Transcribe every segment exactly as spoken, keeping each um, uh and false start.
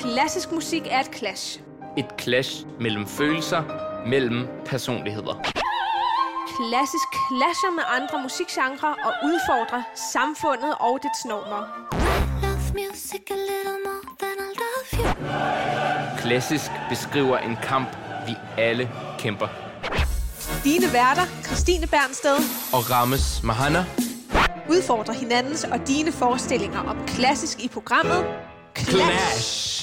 Klassisk musik er et clash. Et clash mellem følelser, mellem personligheder. Klassisk clasher med andre musikgenrer og udfordrer samfundet og dets normer. Klassisk beskriver en kamp, vi alle kæmper. Dine værter, Kristine Bernsted og Rames Mahana, udfordrer hinandens og dine forestillinger om klassisk i programmet Clash. Clash.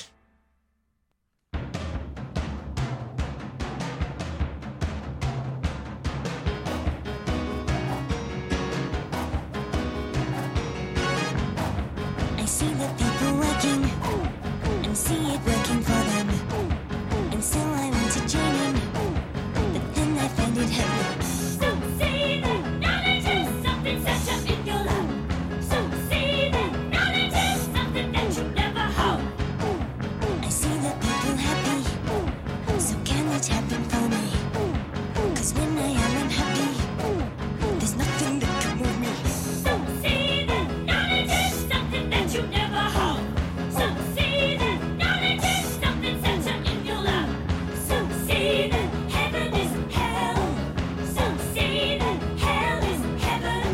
I see the people working and see it working for them, and so I want to join in, but then I find it hard. So see that knowledge is something such a in your lap. So see that knowledge is something that you never hold. I see the people happy, so can it happen for me? 'Cause when I am unhappy, there's nothing that can move me. So see that knowledge is something that you never hold. So see that knowledge is something such a in your lap. So see that heaven is hell. So see that hell is heaven.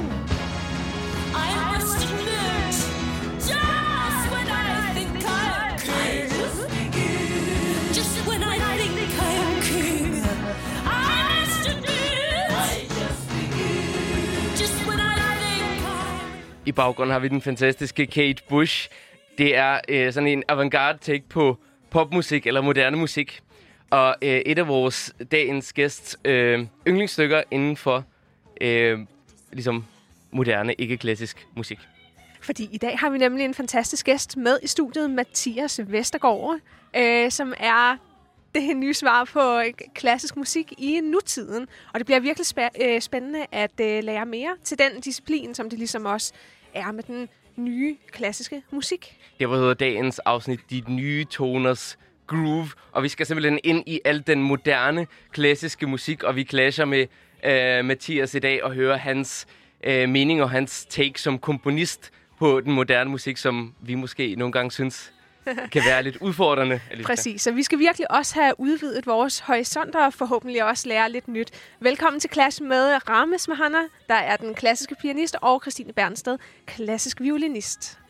I must admit, just when I think I am king, just when I think I am king, I must admit, just when I think I'm... I baggrunden har vi den fantastiske Kate Bush. Det er øh, sådan en avantgarde take på popmusik eller moderne musik. Og øh, et af vores dagens gæsts øh, yndlingsstykker inden for øh, ligesom moderne, ikke-klassisk musik. Fordi i dag har vi nemlig en fantastisk gæst med i studiet, Mathias Vestergaard, øh, som er det nye svar på klassisk musik i nutiden. Og det bliver virkelig spæ- øh, spændende at øh, lære mere til den disciplin, som det ligesom også er med den nye klassiske musik. Det var hedder dagens afsnit, de nye toners groove. Og vi skal simpelthen ind i al den moderne, klassiske musik, og vi clasher med øh, Mathias i dag og høre hans øh, mening og hans take som komponist på den moderne musik, som vi måske nogle gange synes kan være lidt udfordrende. Præcis, så vi skal virkelig også have udvidet vores horisonter og forhåbentlig også lære lidt nyt. Velkommen til Clash med Rames Mahana, der er den klassiske pianist, og Kristine Bernsted, klassisk violinist.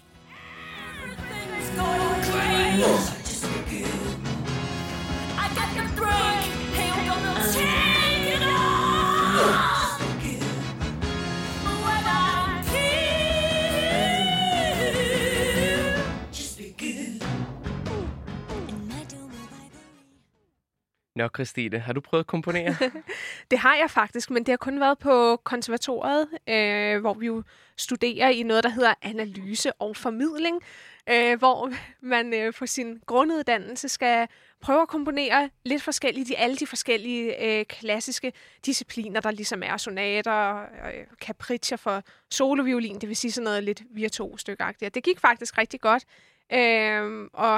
Nå, Kristine, har du prøvet at komponere? Det har jeg faktisk, men det har kun været på konservatoriet, øh, hvor vi jo studerer i noget, der hedder analyse og formidling, øh, hvor man øh, på sin grunduddannelse skal prøve at komponere lidt forskelligt i alle de forskellige øh, klassiske discipliner, der ligesom er sonater, øh, capriccier for soloviolin, det vil sige sådan noget lidt virtuosstykagtigt. Det gik faktisk rigtig godt, øh, og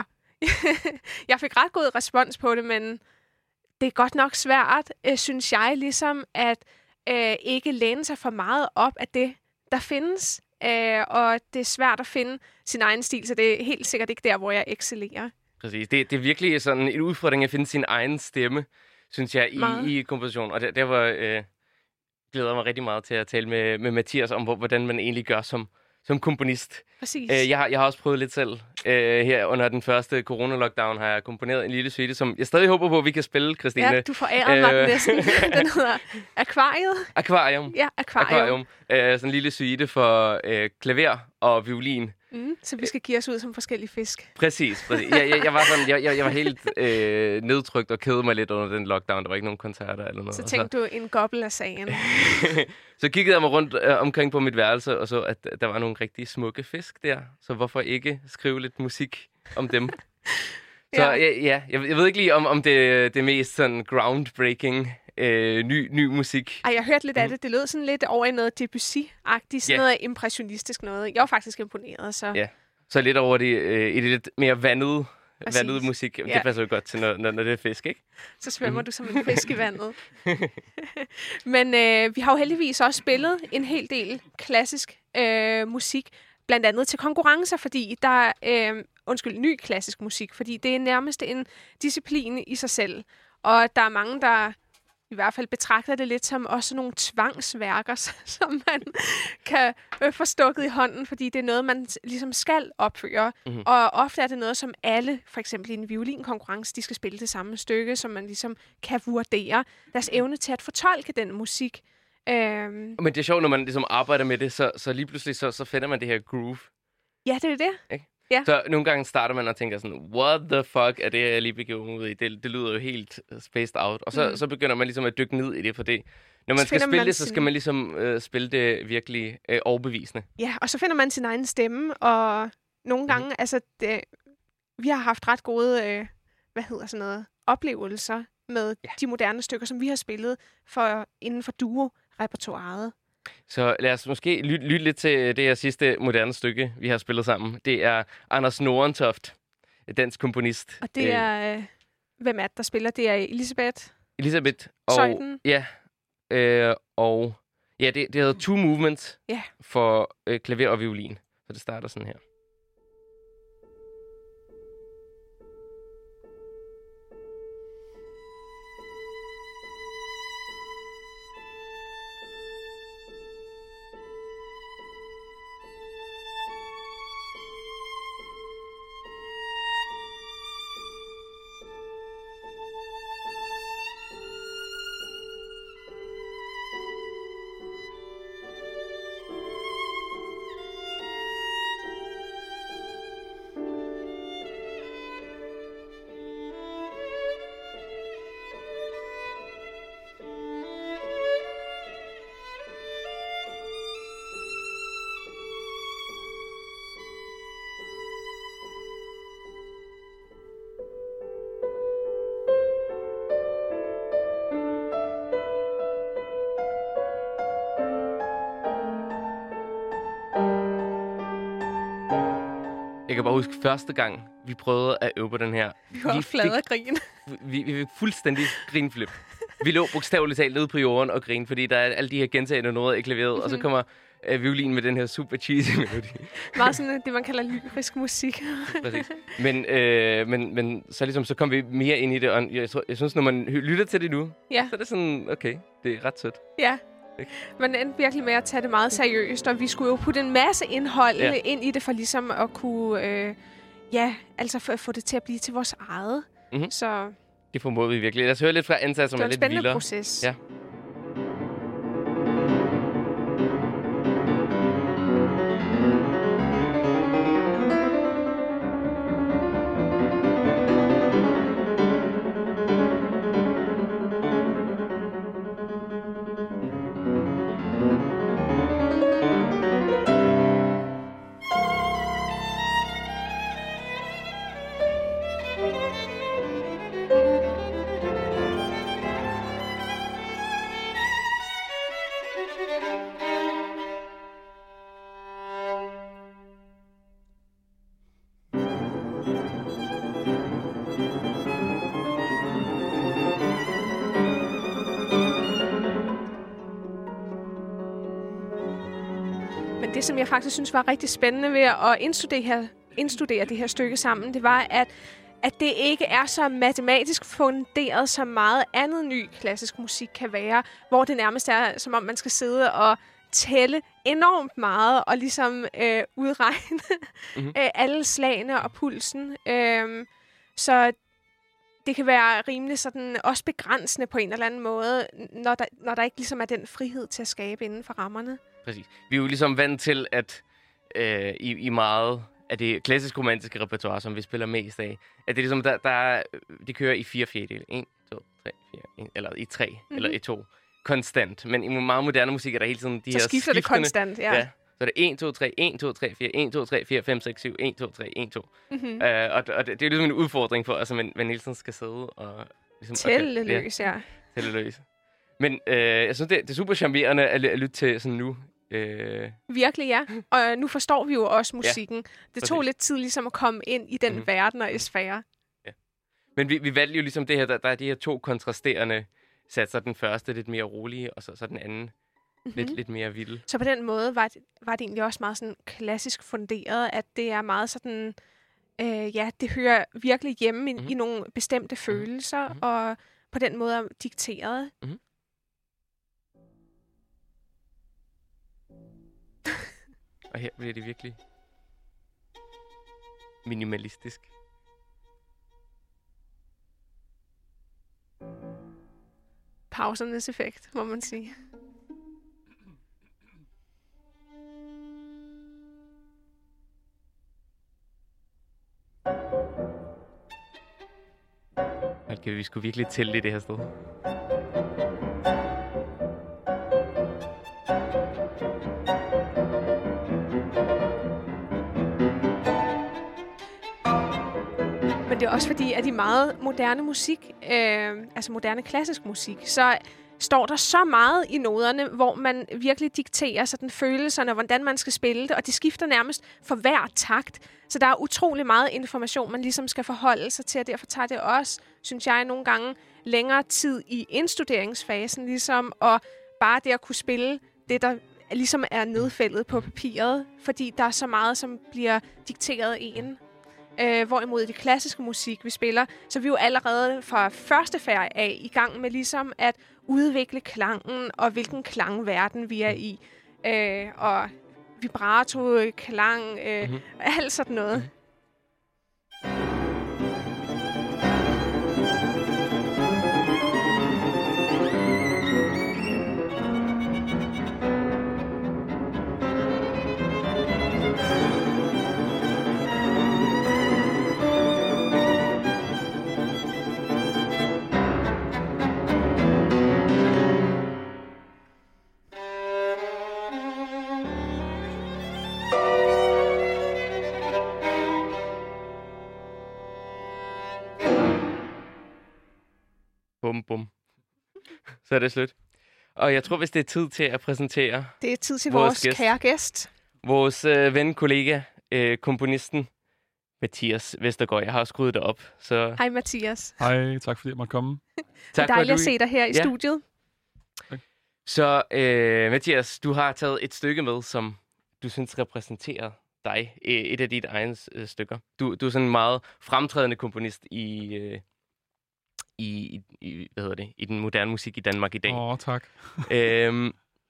jeg fik ret god respons på det, men det er godt nok svært, øh, synes jeg, ligesom at øh, ikke læne sig for meget op af det, der findes. Øh, og det er svært at finde sin egen stil, så det er helt sikkert ikke der, hvor jeg excellerer. Præcis. Det, det er virkelig sådan en udfordring at finde sin egen stemme, synes jeg, i, i komposition. Og der, der var, øh, glæder jeg mig rigtig meget til at tale med, med Mathias om, hvordan man egentlig gør som, som komponist. Præcis. Øh, jeg, har, jeg har også prøvet lidt selv. Øh, her under den første corona-lockdown har jeg komponeret en lille suite, som jeg stadig håber på, at vi kan spille, Kristine. Ja, du forærer mig øh... næsten. Den hedder Akvariet. Akvarium. Ja, Akvarium. Akvarium. Øh, sådan en lille suite for øh, klaver og violin. Mm, så vi skal give os ud som forskellige fisk. Præcis, præcis. Jeg, jeg, jeg var sådan, jeg, jeg, jeg var helt øh, nedtrykt og kedede mig lidt under den lockdown. Der var ikke nogen koncerter eller noget. Så tænkte så... du en gobbel af sagen. Så kiggede jeg mig rundt øh, omkring på mit værelse og så, at der var nogle rigtig smukke fisk der. Så hvorfor ikke skrive lidt musik om dem? Så ja, ja jeg, jeg ved ikke lige, om, om det er det mest sådan groundbreaking øh, ny, ny musik. Ej, jeg hørte lidt af det. Det lød sådan lidt over i noget Debussy-agtigt, sådan yeah. noget impressionistisk noget. Jeg var faktisk imponeret, så... Ja, så lidt over det, øh, i det lidt mere vandede, vandede musik. Ja. Det passer jo godt til, når, når, når det er fisk, ikke? Så svømmer mm. du som en fisk i vandet. Men øh, vi har jo heldigvis også spillet en hel del klassisk øh, musik, blandt andet til konkurrencer, fordi der øh, undskyld, ny klassisk musik, fordi det er nærmest en disciplin i sig selv. Og der er mange, der i hvert fald betragter det lidt som også nogle tvangsværker, som man kan øh, få stukket i hånden, fordi det er noget, man ligesom skal opføre. Mm-hmm. Og ofte er det noget, som alle, for eksempel i en violinkonkurrence, de skal spille det samme stykke, som man ligesom kan vurdere deres evne til at fortolke den musik. Øhm. Men det er sjovt, når man ligesom arbejder med det, så, så lige pludselig så, så finder man det her groove. Ja, det er det. Ikke? Ja. Så nogle gange starter man og tænker sådan, what the fuck er det, jeg lige begiver mig ud i? Det, det lyder jo helt spaced out. Og så, mm. så begynder man ligesom at dykke ned i det, for det. Når man så skal spille man det, så sin... skal man ligesom øh, spille det virkelig øh, overbevisende. Ja, og så finder man sin egen stemme, og nogle gange, mm. altså, det, vi har haft ret gode, øh, hvad hedder sådan noget, oplevelser med ja. de moderne stykker, som vi har spillet for, inden for duo-repertoiret. Så lad os måske lytte, lytte lidt til det her sidste moderne stykke, vi har spillet sammen. Det er Anders Nordentoft, dansk komponist. Og det er, øh, hvem er det, der spiller? Det er Elisabeth. Elisabeth. Og, Zeuthen. Ja, øh, og ja, det, det hedder Two Movements ja. for øh, klaver og violin. Så det starter sådan her. Jeg kan bare huske første gang, vi prøvede at øve på den her. Vi var flade af grin. Vi, vi fik fuldstændig grinflip. Vi lå bogstaveligt talt nede på jorden og grin, fordi der er alle de her gentagende noder i klaveret, mm-hmm. og så kommer øh, violin med den her super cheesy melodi. Meget sådan det, man kalder lyrisk musik. Præcis. Men, øh, men, men så, ligesom, så kom vi mere ind i det, og jeg, tror, jeg synes, når man lytter til det nu, ja. så er det sådan, okay, det er ret sødt. Ja. Man endte virkelig med at tage det meget seriøst, og vi skulle jo putte en masse indhold ja. ind i det, for ligesom at kunne, øh, ja, altså for at få det til at blive til vores eget. Mm-hmm. Så det formåede vi virkelig. Lad os høre lidt fra Anta, som er lidt vildere. Det var en spændende proces. Ja. Det, som jeg faktisk synes var rigtig spændende ved at indstudere, her, indstudere det her stykke sammen, det var, at, at det ikke er så matematisk funderet, som meget andet ny klassisk musik kan være, hvor det nærmest er, som om man skal sidde og tælle enormt meget og ligesom øh, udregne mm-hmm. øh, alle slagene og pulsen. Øh, så det kan være rimelig sådan også begrænsende på en eller anden måde, når der, når der ikke ligesom er den frihed til at skabe inden for rammerne. Præcis. Vi er jo ligesom vant til, at øh, i, i meget af det klassisk romantiske repertoire, som vi spiller mest af, at det er ligesom, der, der de kører i fire fjerdedele. En, to, tre, fire, en, eller i tre, mm-hmm. eller i to. Konstant. Men i meget moderne musik er der hele tiden de så her skifter skiftende, det konstant, ja. ja. Så er det en, to, tre, en, to, tre, fire, en, to, tre, fire, fem, seks, syv, en, to, tre, en, to. Mm-hmm. Øh, og, og det, det er ligesom en udfordring for os, at man, man hele tiden skal sidde og ligesom, tælle okay, løs, ja. Tælle løs. Men øh, jeg synes, det, det er super charmerende at, at lytte til sådan nu. Øh... Virkelig, ja. Og nu forstår vi jo også musikken. Ja, det tog præcis. lidt tid ligesom at komme ind i den mm-hmm. verden og sfære. Ja. Men vi, vi valgte jo ligesom det her, der, der er de her to kontrasterende satser. Den første lidt mere rolige, og så, så den anden mm-hmm. lidt, lidt mere vild. Så på den måde var det, var det egentlig også meget sådan klassisk funderet, at det er meget sådan øh, ja, det hører virkelig hjemme i, Mhm. i nogle bestemte følelser, Mhm. og på den måde er dikteret. Og her bliver det virkelig minimalistisk. Pausernes effekt, må man sige. Okay, vi skulle virkelig tælle i det her sted. Men det er også fordi, at i meget moderne musik, øh, altså moderne klassisk musik, så står der så meget i noderne, hvor man virkelig dikterer sådan følelserne, og hvordan man skal spille det, og det skifter nærmest for hver takt. Så der er utrolig meget information, man ligesom skal forholde sig til, og derfor tager det også, synes jeg, nogle gange længere tid i indstuderingsfasen, ligesom, og bare det at kunne spille det, der ligesom er nedfældet på papiret, fordi der er så meget, som bliver dikteret en. Øh, hvorimod i det klassiske musik, vi spiller, så er vi jo allerede fra første færd af i gang med ligesom at udvikle klangen, og hvilken klangverden vi er i. Øh, og vibrato, klang, øh, Mhm. alt sådan noget. Bum, bum. Så er det slut. Og jeg tror, hvis det er tid til at præsentere Det er tid til Vores vores, gæst. kære gæst. vores øh, ven, kollega, øh, komponisten Mathias Vestergaard. Jeg har også skruet det op. Så Hej Mathias. Hej, tak fordi jeg måtte komme. Det tak er for, dejligt at at du... se dig her i Ja. studiet. Så øh, Mathias, du har taget et stykke med, som du synes repræsenterer dig. Øh, Et af dine egne øh, stykker. Du, du er sådan en meget fremtrædende komponist i, øh, i, i, hvad hedder det, i den moderne musik i Danmark i dag. Åh, tak. øhm,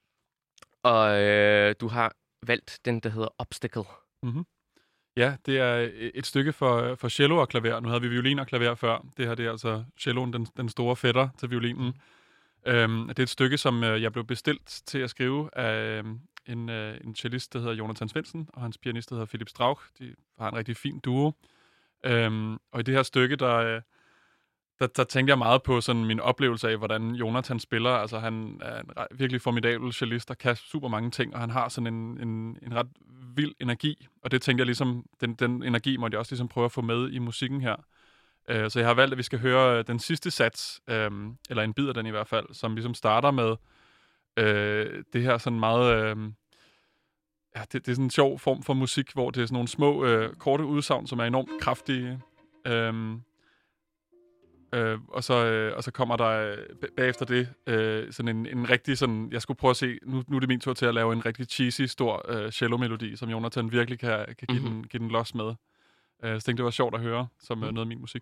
og øh, du har valgt den, der hedder Obstacle. Mm-hmm. Ja, det er et stykke for, for cello og klaver. Nu havde vi violin og klaver før. Det her det er altså celloen, den, den store fætter til violinen. Øhm, det er et stykke, som øh, jeg blev bestilt til at skrive af øh, en, øh, en cellist, der hedder Jonathan Svendsen, og hans pianist, der hedder Philip Strauch. De har en rigtig fin duo. Øhm, og i det her stykke, der, øh, der, der tænkte jeg meget på sådan min oplevelse af, hvordan Jonathan spiller. Altså, han er en re- virkelig formidabel cellist, der kan super mange ting, og han har sådan en, en, en ret vild energi. Og det tænkte jeg ligesom, den, den energi måtte jeg også ligesom prøve at få med i musikken her. Uh, så jeg har valgt, at vi skal høre den sidste sats, um, eller en bid af den i hvert fald, som ligesom starter med uh, det her sådan meget... Uh, ja, det, det er sådan en sjov form for musik, hvor det er sådan nogle små, uh, korte udsagn, som er enormt kraftige. Um, uh, og, så, uh, og så kommer der uh, bagefter det uh, sådan en, en rigtig sådan... Jeg skulle prøve at se... Nu, nu er det min tur til at lave en rigtig cheesy, stor uh, cello-melodi, som Jonathan virkelig kan, kan give, Mhm. den, give den los med. Uh, så tænkte det var sjovt at høre, som uh, noget af min musik.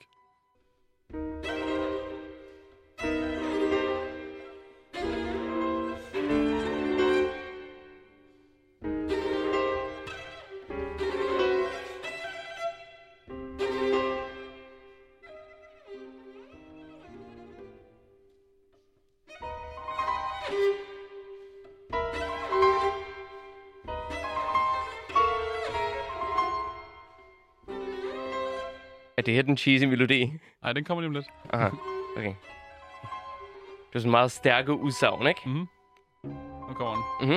Er det her den cheesy melodi? Nej, den kommer lige om lidt. Aha, okay. Det er sådan meget stærke udsagn, ikke? Mhm. Nu kommer den. Mhm.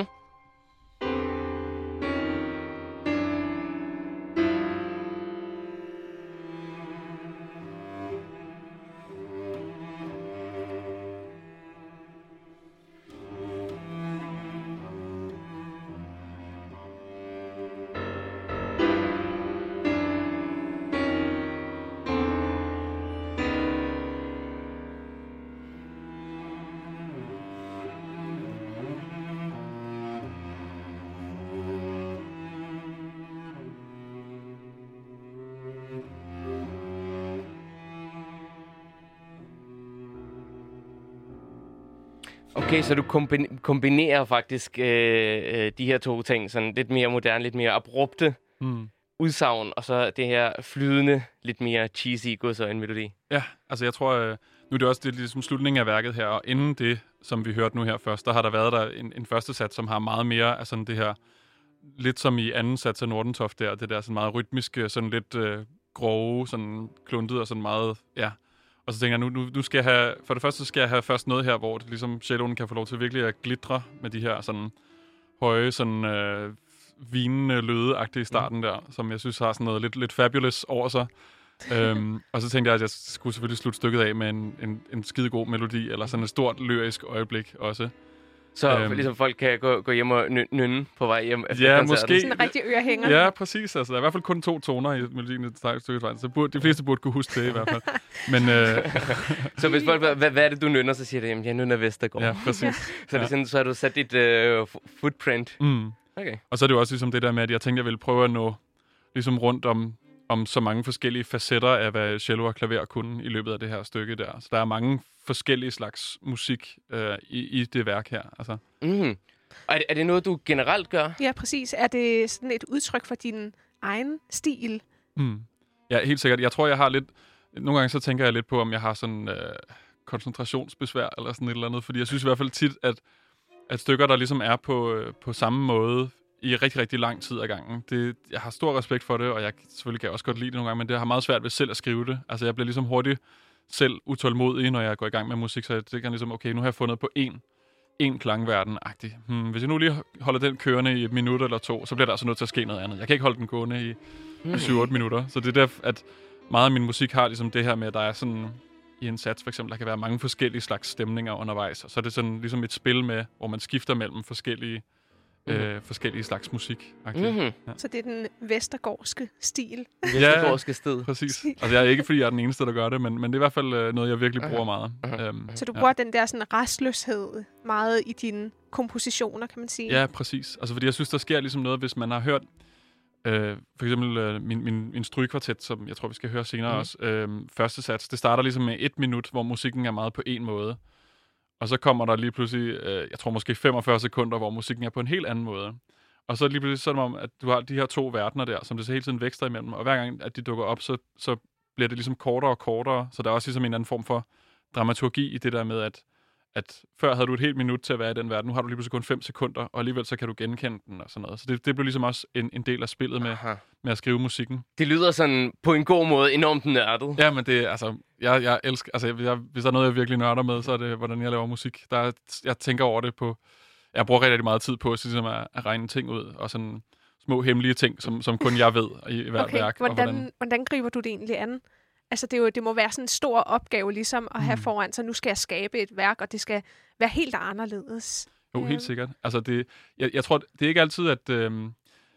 Okay, så du kombin- kombinerer faktisk øh, øh, de her to ting, sådan lidt mere moderne, lidt mere abrupte Mm. udsagn, og så det her flydende, lidt mere cheesy godsøjne melodi. Ja, altså jeg tror, øh, nu er det også det, ligesom slutningen af værket her, og inden det, som vi hørte nu her først, der har der været der en, en første sats, som har meget mere af sådan det her, lidt som i anden sats af Nordentoft der, det der sådan meget rytmiske, sådan lidt øh, grove, sådan kluntet og sådan meget, ja. Og så tænker jeg, nu, nu, nu skal jeg have, for det første skal jeg have først noget her, hvor det, ligesom celloen kan få lov til virkelig at glitre med de her sådan høje, sådan øh, vinende løde-agtige i starten der, som jeg synes har sådan noget lidt, lidt fabulous over sig. øhm, og så tænkte jeg, at jeg skulle selvfølgelig slutte stykket af med en, en, en skidegod melodi, eller sådan et stort lyrisk øjeblik også. Så Øhm. ligesom folk kan gå, gå hjem og nø- nynne på vej hjem efter Ja, koncerten. måske. Sådan en rigtig ørehænger. Ja, præcis. Altså, der er i hvert fald kun to toner i melodien i stykket vej, så burde, de fleste burde kunne huske det i hvert fald. Men øh, Så hvis folk, hvad, hvad er det, du nynner, så siger det, jamen, jeg nynner Vestergaard. ja, præcis. Så, er det sådan, så har du sat dit øh, footprint. Mm. Okay. Og så er det jo også ligesom det der med, at jeg tænkte, jeg ville prøve at nå ligesom rundt om, om så mange forskellige facetter af, hvad cello og klaver kunne i løbet af det her stykke der. Så der er mange forskellige slags musik øh, i, i det værk her. Altså. Mm. Og er det, er det noget, du generelt gør? Ja, præcis. Er det sådan et udtryk for din egen stil? Mm. Ja, helt sikkert. Jeg tror, jeg har lidt... Nogle gange så tænker jeg lidt på, om jeg har sådan øh, koncentrationsbesvær eller sådan et eller andet. Fordi jeg synes i hvert fald tit, at, at stykker, der ligesom er på, øh, på samme måde i rigtig, rigtig lang tid ad gangen. Det, jeg har stor respekt for det, og jeg selvfølgelig kan jeg også godt lide det nogle gange, men det har meget svært ved selv at skrive det. Altså, jeg bliver ligesom hurtigt selv utålmodig, når jeg går i gang med musik, så jeg tænker ligesom, okay, nu har jeg fundet på én en klangverden-agtig. Hmm, hvis jeg nu lige holder den kørende i et minut eller to, så bliver der altså nødt til at ske noget andet. Jeg kan ikke holde den gående i mm. syv otte minutter. Så det er der, at meget af min musik har ligesom det her med, at der er sådan i en sats for eksempel, der kan være mange forskellige slags stemninger undervejs. Og så er det sådan ligesom et spil med, hvor man skifter mellem forskellige, mm. øh, forskellige slags musik. Mm-hmm. Ja. Så det er den vestergårdske stil. Vestergaardske sted. Præcis. Altså jeg er ikke, fordi jeg er den eneste, der gør det, men, men det er i hvert fald øh, noget, jeg virkelig bruger meget. Uh-huh. Øhm, Så du ja. bruger den der sådan restløshed meget i dine kompositioner, kan man sige. Ja, præcis. Altså, fordi jeg synes, der sker ligesom noget, hvis man har hørt øh, for eksempel øh, min, min, min strygekvartet, som jeg tror, vi skal høre senere mm. også, øh, første sats. Det starter ligesom med et minut, hvor musikken er meget på en måde. Og så kommer der lige pludselig, øh, jeg tror måske femogfyrre sekunder, hvor musikken er på en helt anden måde. Og så lige pludselig sådan om, at du har de her to verdener der, som det så hele tiden vækster imellem. Og hver gang, at de dukker op, så, så bliver det ligesom kortere og kortere. Så der er også ligesom en anden form for dramaturgi i det der med, at at før havde du et helt minut til at være i den verden, nu har du lige pludselig kun fem sekunder, og alligevel så kan du genkende den og sådan noget. Så det, det blev ligesom også en, en del af spillet med, med at skrive musikken. Det lyder sådan på en god måde enormt nørdet. Ja, men det altså, jeg, jeg elsker, altså jeg, hvis der er noget, jeg virkelig nørder med, så er det, hvordan jeg laver musik. Der, jeg tænker over det på, jeg bruger rigtig meget tid på ligesom at, at regne ting ud, og sådan små hemmelige ting, som, som kun jeg ved i, i hvert okay. værk. Hvordan, og hvordan, hvordan griber du det egentlig an? Altså, det, er jo, det må være sådan en stor opgave ligesom at have Mm. foran, så nu skal jeg skabe et værk, og det skal være helt anderledes. Jo, helt sikkert. Altså det, jeg, jeg tror, det er ikke altid, at øhm,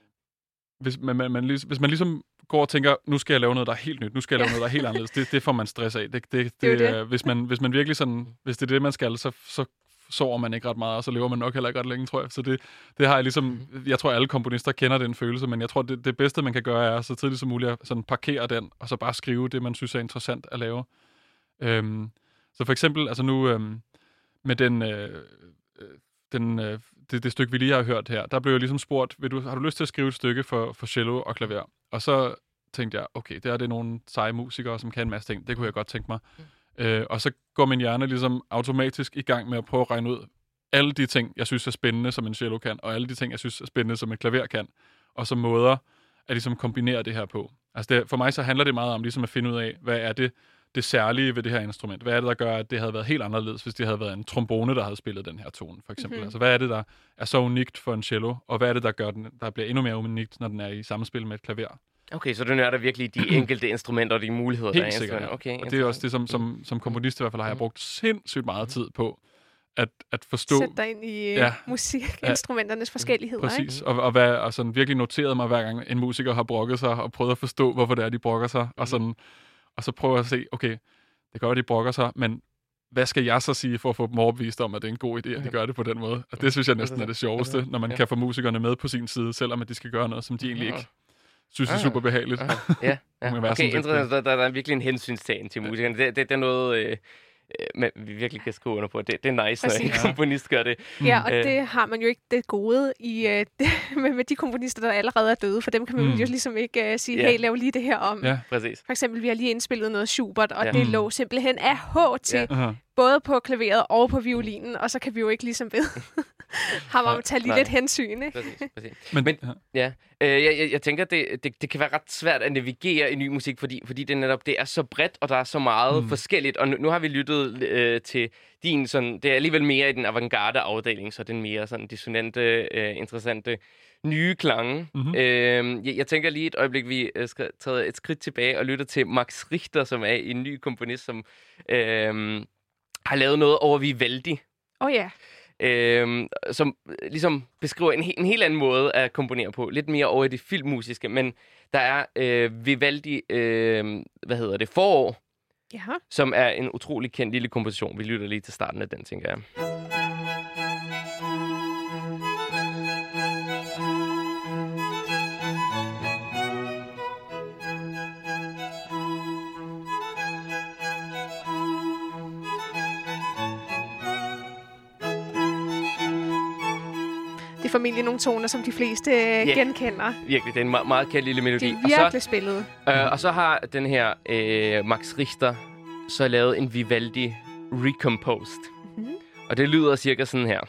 hvis, man, man, man, hvis man ligesom går og tænker, nu skal jeg lave noget, der er helt nyt, nu skal jeg lave noget, der er helt anderledes, det, det får man stress af. Det, det, det, Det er jo det. øh, Hvis, man, hvis man virkelig sådan, hvis det er det, man skal, så, så sover man ikke ret meget, og så lever man nok heller ikke ret længe, tror jeg. Så det, det har jeg ligesom, jeg tror, alle komponister kender den følelse, men jeg tror, det, det bedste, man kan gøre, er så tidligt som muligt at sådan parkere den, og så bare skrive det, man synes er interessant at lave. Øhm, så for eksempel, altså nu øhm, med den, øh, den, øh, det, det stykke, vi lige har hørt her, der blev jeg ligesom spurgt, vil du, har du lyst til at skrive et stykke for, for cello og klaver? Og så tænkte jeg, okay, der er det nogle seje musikere, som kan en masse ting, det kunne jeg godt tænke mig. Mm. Øh, og så går min hjerne ligesom automatisk i gang med at prøve at regne ud alle de ting, jeg synes er spændende, som en cello kan, og alle de ting, jeg synes er spændende, som en klaver kan, og så måder at ligesom kombinere det her på. Altså det, for mig så handler det meget om ligesom at finde ud af, hvad er det, det særlige ved det her instrument? Hvad er det, der gør, at det havde været helt anderledes, hvis det havde været en trombone, der havde spillet den her tone, for eksempel? Mm-hmm. Altså, hvad er det, der er så unikt for en cello, og hvad er det, der gør den, der bliver endnu mere unikt, når den er i samspil med et klaver? Okay, så du nørder virkelig de enkelte instrumenter og de muligheder, helt der er. Sikkert, ja. Okay, og det er også det, som, som, som komponist i hvert fald har jeg brugt sindssygt meget tid på, at, at forstå... Sæt dig ind i ja, musikinstrumenternes ja, forskelligheder. Præcis, ikke? og, og, hvad, og sådan virkelig noteret mig, hver gang en musiker har brokket sig, og prøvet at forstå, hvorfor det er, de brokker sig, mm. og, sådan, og så prøver jeg at se, okay, det gør, at de brokker sig, men hvad skal jeg så sige for at få dem overbevist om, at det er en god idé, at de gør det på den måde? Og det synes jeg næsten er det sjoveste, når man kan få musikerne med på sin side, selvom at de skal gøre noget, som de egentlig ikke synes er super behageligt. Ja, ja. Okay, interessant. Der, der er virkelig en hensynstagen til musikerne. Det, det, det er noget, øh, øh, man, vi virkelig kan skrive under på. Det, det er nice, Præcis. når en Ja. komponist gør det. Ja, og Øh. det har man jo ikke det gode i øh, det, med, med de komponister, der allerede er døde. For dem kan man Mm. jo ligesom ikke øh, sige, Ja. hey, lav lige det her om. Ja. Præcis. For eksempel, vi har lige indspillet noget Schubert, og Ja. det Mm. lå simpelthen af H til, Ja. Aha. både på klaveret og på violinen, og så kan vi jo ikke ligesom ved ham om at tage lige Nej. lidt hensyn, ikke? Præcis, præcis. Men, Men- ja. Ja, øh, jeg, jeg, jeg tænker, det, det, det kan være ret svært at navigere i ny musik, fordi, fordi det netop det er så bredt, og der er så meget Mm. mm. forskelligt. Og nu, nu har vi lyttet øh, til din sådan, det er alligevel mere i den avantgarde afdeling, så den mere sådan dissonante, øh, interessante, nye klange. Mhm. Øh, jeg, jeg tænker lige et øjeblik, vi øh, skal tage et skridt tilbage og lytte til Max Richter, som er en ny komponist, som øh, har lavet noget over Vivaldi. Åh oh, ja. Øhm, som øh, ligesom beskriver en, he- en helt anden måde at komponere på. Lidt mere over i det filmmusiske, men der er øh, Vivaldi, øh, hvad hedder det, Forår, Ja. som er en utrolig kendt lille komposition. Vi lytter lige til starten af den, tænker jeg. Det er formentlig nogle toner, som de fleste yeah. genkender. Virkelig, det er en meget, meget kendt lille melodi. Det er Og så, virkelig spillet. øh, og så har den her øh, Max Richter så lavet en Vivaldi Recomposed. Mhm. Og det lyder cirka sådan her.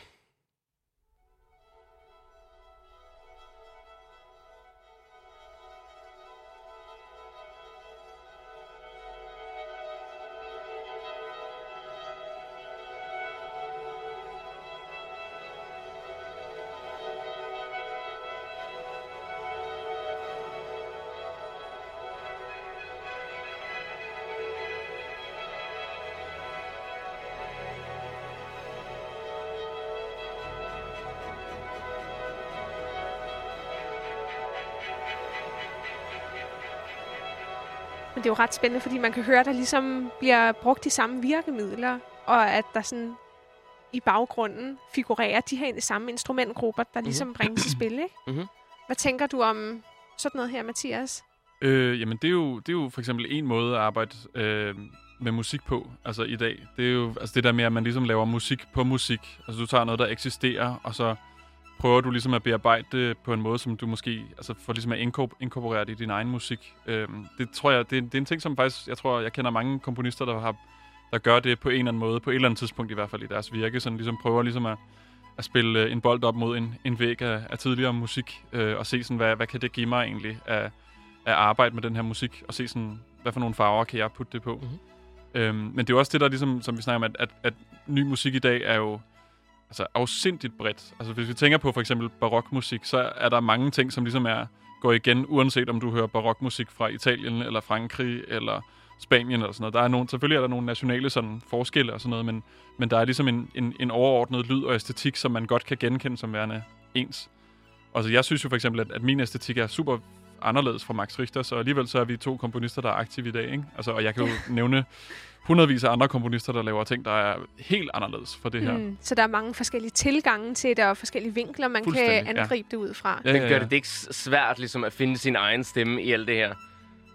Men det er jo ret spændende, fordi man kan høre, at der ligesom bliver brugt de samme virkemidler, og at der sådan i baggrunden figurerer de her samme instrumentgrupper, der ligesom bringes i spil, ikke? Mhm. Hvad tænker du om sådan noget her, Mathias? Øh, jamen, det er, jo, det er jo for eksempel en måde at arbejde øh, med musik på, altså i dag. Det er jo altså det der med, at man ligesom laver musik på musik. Altså, du tager noget, der eksisterer, og så prøver du ligesom at bearbejde det på en måde, som du måske, altså for ligesom at inkorp- inkorporere det i din egen musik. Øhm, det tror jeg, det er, det er en ting, som faktisk, jeg tror, jeg kender mange komponister, der har, der gør det på en eller anden måde, på et eller andet tidspunkt i hvert fald i deres virke, sådan ligesom prøver ligesom at, at spille en bold op mod en, en væg af, af tidligere musik, øh, og se sådan, hvad, hvad kan det give mig egentlig af, af arbejde med den her musik, og se sådan, hvad for nogle farver kan jeg putte det på. Mhm. Øhm, men det er jo også det, der ligesom, som vi snakker om, at, at, at ny musik i dag er jo altså afsindigt bredt. Altså hvis vi tænker på for eksempel barokmusik, så er der mange ting, som ligesom er går igen, uanset om du hører barokmusik fra Italien, eller Frankrig, eller Spanien, eller sådan noget. Der er nogle, selvfølgelig er der nogle nationale sådan, forskelle og sådan noget, men, men der er ligesom en, en, en overordnet lyd og æstetik, som man godt kan genkende som værende ens. Og så jeg synes jo for eksempel, at, at min æstetik er super anderledes fra Max Richter, så alligevel så er vi to komponister, der er aktive i dag, ikke? Altså, og jeg kan jo nævne hundredvis af andre komponister, der laver ting, der er helt anderledes fra det her. Mm, så der er mange forskellige tilgange til det, og forskellige vinkler, man kan Fuldstændig, ja. angribe det ud fra. Ja, Men ja, gør ja. det det ikke s- svært ligesom, at finde sin egen stemme i alt det her?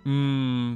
Mm,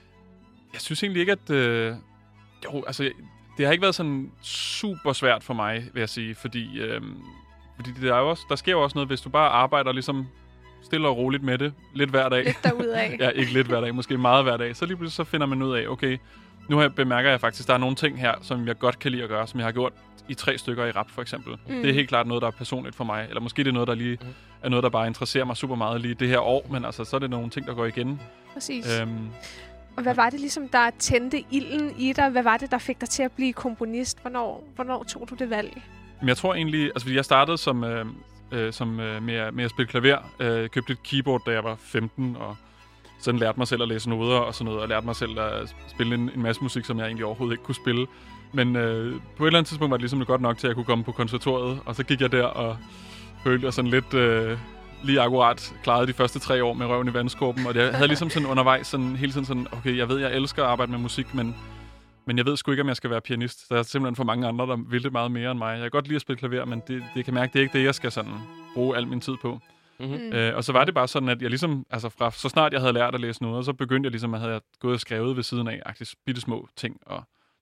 jeg synes egentlig ikke, at... Øh, jo, altså, det har ikke været sådan super svært for mig, vil jeg sige, fordi, øh, fordi det er jo også, der sker jo også noget, hvis du bare arbejder ligesom stille og roligt med det, lidt hver dag. Lidt derudad. Ja, ikke lidt hver dag, måske meget hver dag. Så lige pludselig så finder man ud af, okay, nu har jeg, bemærker jeg faktisk, at der er nogle ting her, som jeg godt kan lide at gøre, som jeg har gjort i tre stykker i rap, for eksempel. Mm. Mm. Det er helt klart noget, der er personligt for mig. Eller måske det er noget, der lige Mm. er noget, der bare interesserer mig super meget lige det her år, men altså, så er det nogle ting, der går igen. Præcis. Øhm, Og hvad var det ligesom, der tændte ilden i dig? Hvad var det, der fik dig til at blive komponist? Hvornår, hvornår tog du det valg? Men jeg tror egentlig, altså fordi jeg startede som, øh, øh, som øh, med, at- med at spille klaver. Øh, jeg købte et keyboard, da jeg var femten, og sådan lærte mig selv at læse noder og sådan noget, og lærte mig selv at spille en, en masse musik, som jeg egentlig overhovedet ikke kunne spille. Men øh, på et eller andet tidspunkt var det ligesom godt nok til, at jeg kunne komme på konservatoriet, og så gik jeg der og følte jeg sådan lidt øh, lige akkurat klarede de første tre år med røven i vandskorben, og det havde ligesom sådan undervejs sådan, hele tiden sådan, okay, jeg ved, jeg elsker at arbejde med musik, men Men jeg ved sgu ikke, om jeg skal være pianist. Der er simpelthen for mange andre, der vil det meget mere end mig. Jeg kan godt lide at spille klaver, men det, det kan mærke, det er ikke det, jeg skal sådan bruge al min tid på. Mm-hmm. Mm. Øh, og så var det bare sådan, at jeg ligesom, altså fra, så snart jeg havde lært at læse noget, så begyndte jeg ligesom, at jeg havde gået og skrevet ved siden af, faktisk bitte små ting, og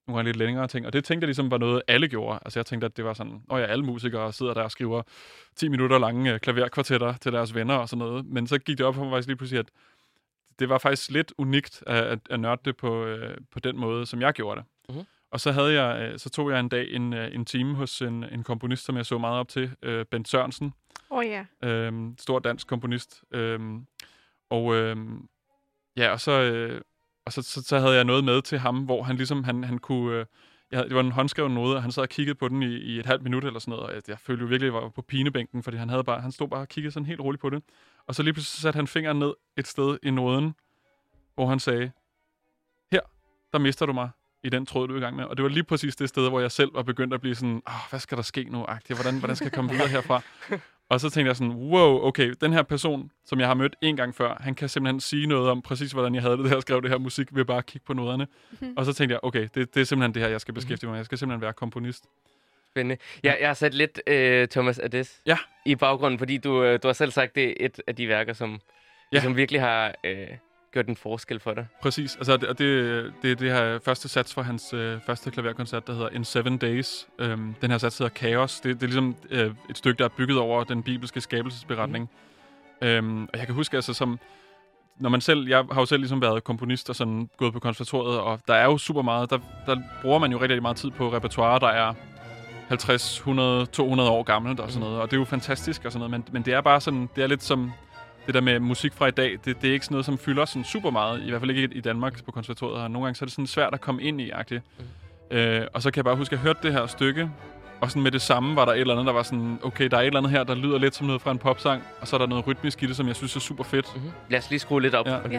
nogle gange lidt længere ting. Og det tænkte jeg ligesom var noget, alle gjorde. Altså jeg tænkte, at det var sådan, åh ja, alle musikere sidder der og skriver ti minutter lange øh, klaverkvartetter til deres venner og sådan noget. Men så gik det op for mig faktisk lige pludselig, at det var faktisk lidt unikt at, at, at nørde det på, øh, på den måde, som jeg gjorde det. Uh-huh. Og så havde jeg, øh, så tog jeg en dag en, øh, en time hos en, en komponist, som jeg så meget op til, øh, Bent Sørensen. Åh oh, ja. Øh, stor dansk komponist. Øh, og øh, ja, og så... Øh, Og så, så, så havde jeg noget med til ham, hvor han ligesom, han, han kunne... Øh, jeg havde, det var en håndskreven node, og han sad og kiggede på den i, i et halvt minut eller sådan noget, og jeg, jeg følte jo virkelig, at jeg var på pinebænken, fordi han, havde bare, han stod bare og kiggede sådan helt roligt på det. Og så lige pludselig satte han fingeren ned et sted i noden, hvor han sagde, her, der mister du mig i den tråd, du er i gang med. Og det var lige præcis det sted, hvor jeg selv var begyndt at blive sådan, åh, hvad skal der ske nu? Hvordan, hvordan skal jeg komme videre herfra? Og så tænkte jeg sådan, wow, okay, den her person, som jeg har mødt en gang før, han kan simpelthen sige noget om præcis, hvordan jeg havde det der, skrev det her musik, ved bare at kigge på noderne. Mm-hmm. Og så tænkte jeg, okay, det, det er simpelthen det her, jeg skal beskæftige mig med. Jeg skal simpelthen være komponist. Spændende. Jeg, jeg har sat lidt uh, Thomas Adès ja. i baggrunden, fordi du, uh, du har selv sagt, det er et af de værker, som, ja. som virkelig har uh, gjort en forskel for dig. Præcis. Altså, det, det, det, det her første sats fra hans uh, første klaverkoncert, der hedder In Seven Days. Um, den her sats hedder Chaos. Det, det er ligesom uh, et stykke, der er bygget over den bibelske skabelsesberetning. Mm. Um, og jeg kan huske, altså, som... Når man selv, jeg har jo selv ligesom været komponist og sådan gået på konservatoriet, og der er jo super meget, der, der bruger man jo rigtig meget tid på repertoire, der er halvtreds, hundrede, to hundrede år gammelt og sådan noget, og det er jo fantastisk og sådan noget, men, men det er bare sådan, det er lidt som det der med musik fra i dag, det, det er ikke sådan noget, som fylder sådan super meget, i hvert fald ikke i Danmark på konservatoriet, og nogle gange så er det sådan svært at komme ind i, agtigt. Mm. Øh, og så kan jeg bare huske, at jeg hørte det her stykke, og sådan med det samme var der et eller andet, der var sådan, okay, der er et eller andet her, der lyder lidt som noget fra en popsang, og så er der noget rytmisk i det, som jeg synes er super fedt. Mm-hmm. Lad os lige skrue lidt op. Ja. Okay. Ja.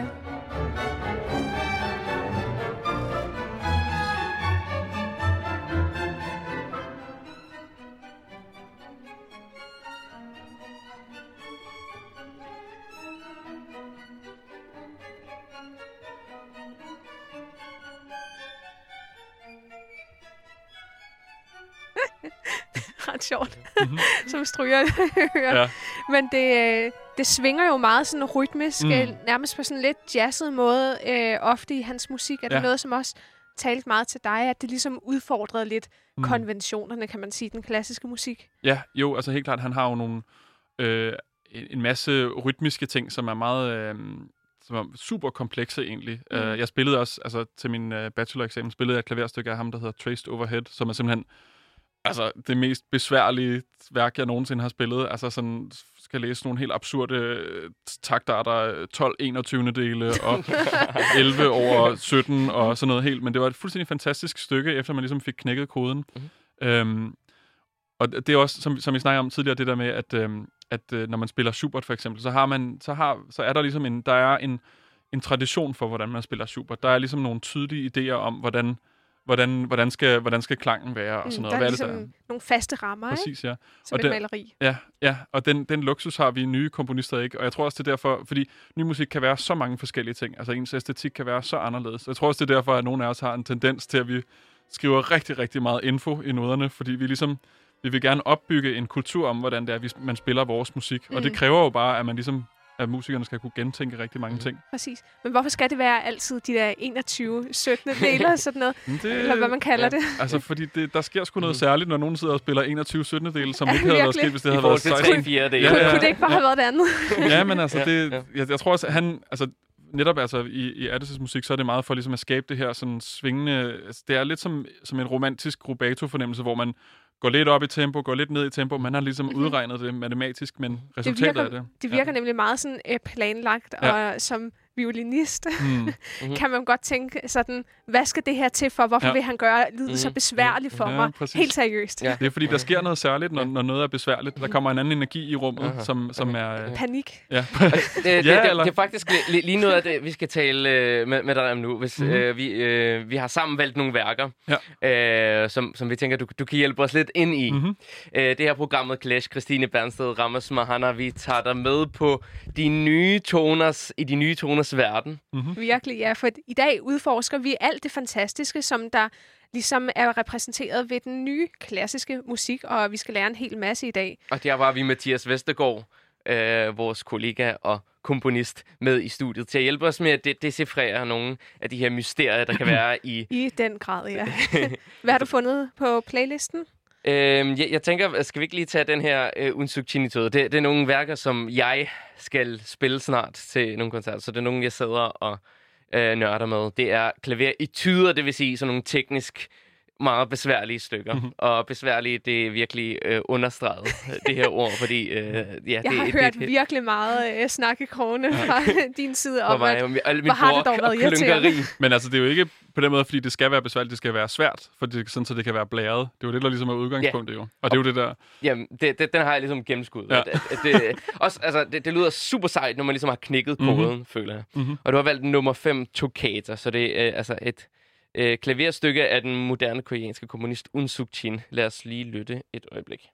Ret sjovt, mm-hmm. som stryger hører. Ja. Men det, det svinger jo meget sådan rytmisk, mm. nærmest på sådan lidt jazzet måde, øh, ofte i hans musik. Er det ja. noget, som også talte meget til dig, at det ligesom udfordrede lidt mm. konventionerne, kan man sige, den klassiske musik? Ja, jo, altså helt klart, han har jo nogle, øh, en masse rytmiske ting, som er meget... Øh, som er super komplekse egentlig. Mm. Uh, jeg spillede også, altså til min uh, bacheloreksamen, spillede jeg et klaverstykke af ham, der hedder Traced Overhead, som er simpelthen altså det mest besværlige værk, jeg nogensinde har spillet. Altså sådan, skal læse nogle helt absurde taktarter, tolv enogtyvende dele og elleve over sytten og sådan noget helt. Men det var et fuldstændig fantastisk stykke, efter man ligesom fik knækket koden. Mm. Um, og det er også, som, som vi snakkede om tidligere, det der med, at, um, at uh, når man spiller Schubert for eksempel, så har man, så har, så er der ligesom en, der er en, en tradition for, hvordan man spiller Schubert. Der er ligesom nogle tydelige idéer om, hvordan Hvordan, hvordan, skal, hvordan skal klangen være og sådan noget. Der er Hvad ligesom er det, der? nogle faste rammer, Præcis, ja. som og et den, maleri. Ja, ja, og den, den luksus har vi nye komponister ikke. Og jeg tror også, det er derfor, fordi ny musik kan være så mange forskellige ting. Altså ens æstetik kan være så anderledes. Jeg tror også, det er derfor, at nogle af os har en tendens til, at vi skriver rigtig, rigtig meget info i noderne, fordi vi ligesom, vi vil gerne opbygge en kultur om, hvordan det er, man spiller vores musik. Mm. Og det kræver jo bare, at man ligesom at musikerne skal kunne gentænke rigtig mange ting. Præcis. Men hvorfor skal det være altid de der enogtyve syttende deler og sådan noget? Det, eller hvad man kalder ja. det? Altså, fordi det, der sker sgu noget særligt, når nogen sidder og spiller enogtyve syttende dele, som ja, ikke havde været sket, hvis det havde været seksten fjerde dele. Ja, ja. Kunne det ikke bare have været det andet? Ja, men altså, det, jeg, jeg tror også, at han... Altså, netop altså, i, i Adès' musik, så er det meget for ligesom at skabe det her sådan svingende... Altså, det er lidt som, som en romantisk rubato-fornemmelse, hvor man går lidt op i tempo, går lidt ned i tempo. Man har ligesom mm-hmm. udregnet det matematisk, men resultatet det virker, af det... Det virker ja. nemlig meget sådan øh, planlagt, ja. og som violinist mm. kan man godt tænke sådan, hvad skal det her til for? Hvorfor ja. vil han gøre lyden mm. så besværligt for ja, mig? Præcis. Helt seriøst. Ja. Det er fordi, der sker noget særligt, når, når noget er besværligt. Der kommer en anden energi i rummet, uh-huh. som, som er... Øh... Panik. Ja. det, det, det, ja, det, det er faktisk lige, lige noget af det, vi skal tale øh, med, med dig om nu. Hvis, mm-hmm. øh, vi, øh, vi har sammen valgt nogle værker, ja. øh, som, som vi tænker, du, du kan hjælpe os lidt ind i. Mm-hmm. Øh, det her programmet Clash, Christine Bernsted, Ramos Mahana, vi tager dig med på de nye toners, i de nye toners verden. Mm-hmm. Virkelig, ja. For i dag udforsker vi alt det fantastiske, som der ligesom er repræsenteret ved den nye klassiske musik, og vi skal lære en hel masse i dag. Og der var vi Mathias Vestergaard, øh, vores kollega og komponist med i studiet til at hjælpe os med at de- decifrere nogle af de her mysterier, der kan være i... I den grad, ja. Hvad har du fundet på playlisten? Øhm, jeg, jeg tænker, skal vi ikke lige tage den her øh, Unsuk Chinitoget? Det, det er nogle værker, som jeg skal spille snart til nogle koncerter, så det er nogle, jeg sidder og øh, nørder med. Det er klaveretyder, det vil sige sådan nogle teknisk meget besværlige stykker. Mm-hmm. Og besværlige, det er virkelig øh, understreget, det her ord, fordi... Øh, ja, Jeg det, har det, hørt det, virkelig meget øh, snakkekrone fra din side om, mig, at og min, og min hvor har det bror dog været og irriterende. klynkeri. Men altså, det er jo ikke på den måde, fordi det skal være besværligt, det skal være svært, for det, sådan, så det kan være blæret. Det er jo det, der ligesom er udgangspunktet jo. Og det er jo det der... Jamen, det, det, den har jeg ligesom gennemskuddet. Ja. At, at det, også, altså, det, det lyder super sejt, når man ligesom har knækket koden, mm-hmm. føler jeg. Mm-hmm. Og du har valgt nummer fem, Toccata, så det er øh, altså et øh, klaverstykke af den moderne koreanske komponist Unsuk Chin. Lad os lige lytte et øjeblik.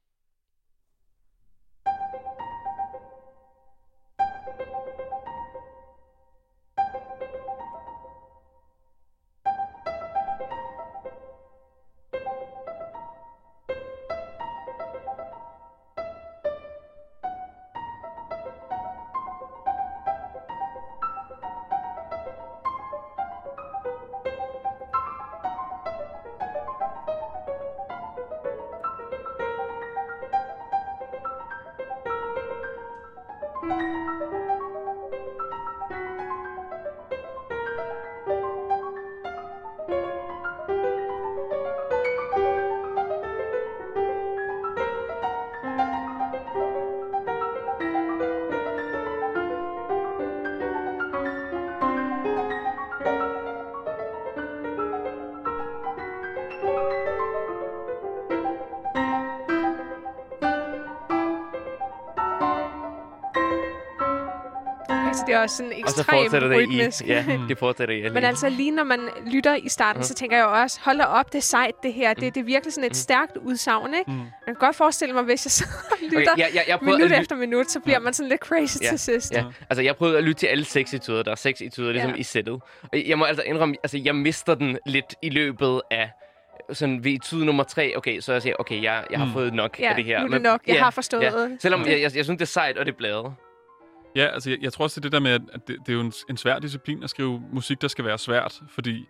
Altså, det er også sådan Og så ekstremt fortsætter det rytmisk. i... Ja, det fortsætter i. Men altså lige når man lytter i starten, så tænker jeg jo også, hold da op, det er sejt det her. Det, det er virkelig sådan et stærkt udsagn, ikke? Mm. Man kan godt forestille mig, hvis jeg så lytter Okay, jeg, jeg, jeg prøvede minut at lytte- efter minut, så bliver man sådan lidt crazy Ja, til sidst. Ja, altså jeg prøvede at lytte til alle seks etuder. Der er seks etuder ligesom Ja. i sættet. Og jeg må altså indrømme, altså jeg mister den lidt i løbet af sådan ved etude nummer tre. Okay, så jeg siger, okay, jeg, jeg har Mm. fået nok Ja, af det her. nu er det nok. Jeg har forstået Ja. det. Selvom jeg, jeg, jeg synes, det er sejt, og det er bladet. Ja, altså jeg, jeg tror også, det er det der med, at det, det er jo en, en svær disciplin at skrive musik, der skal være svært, fordi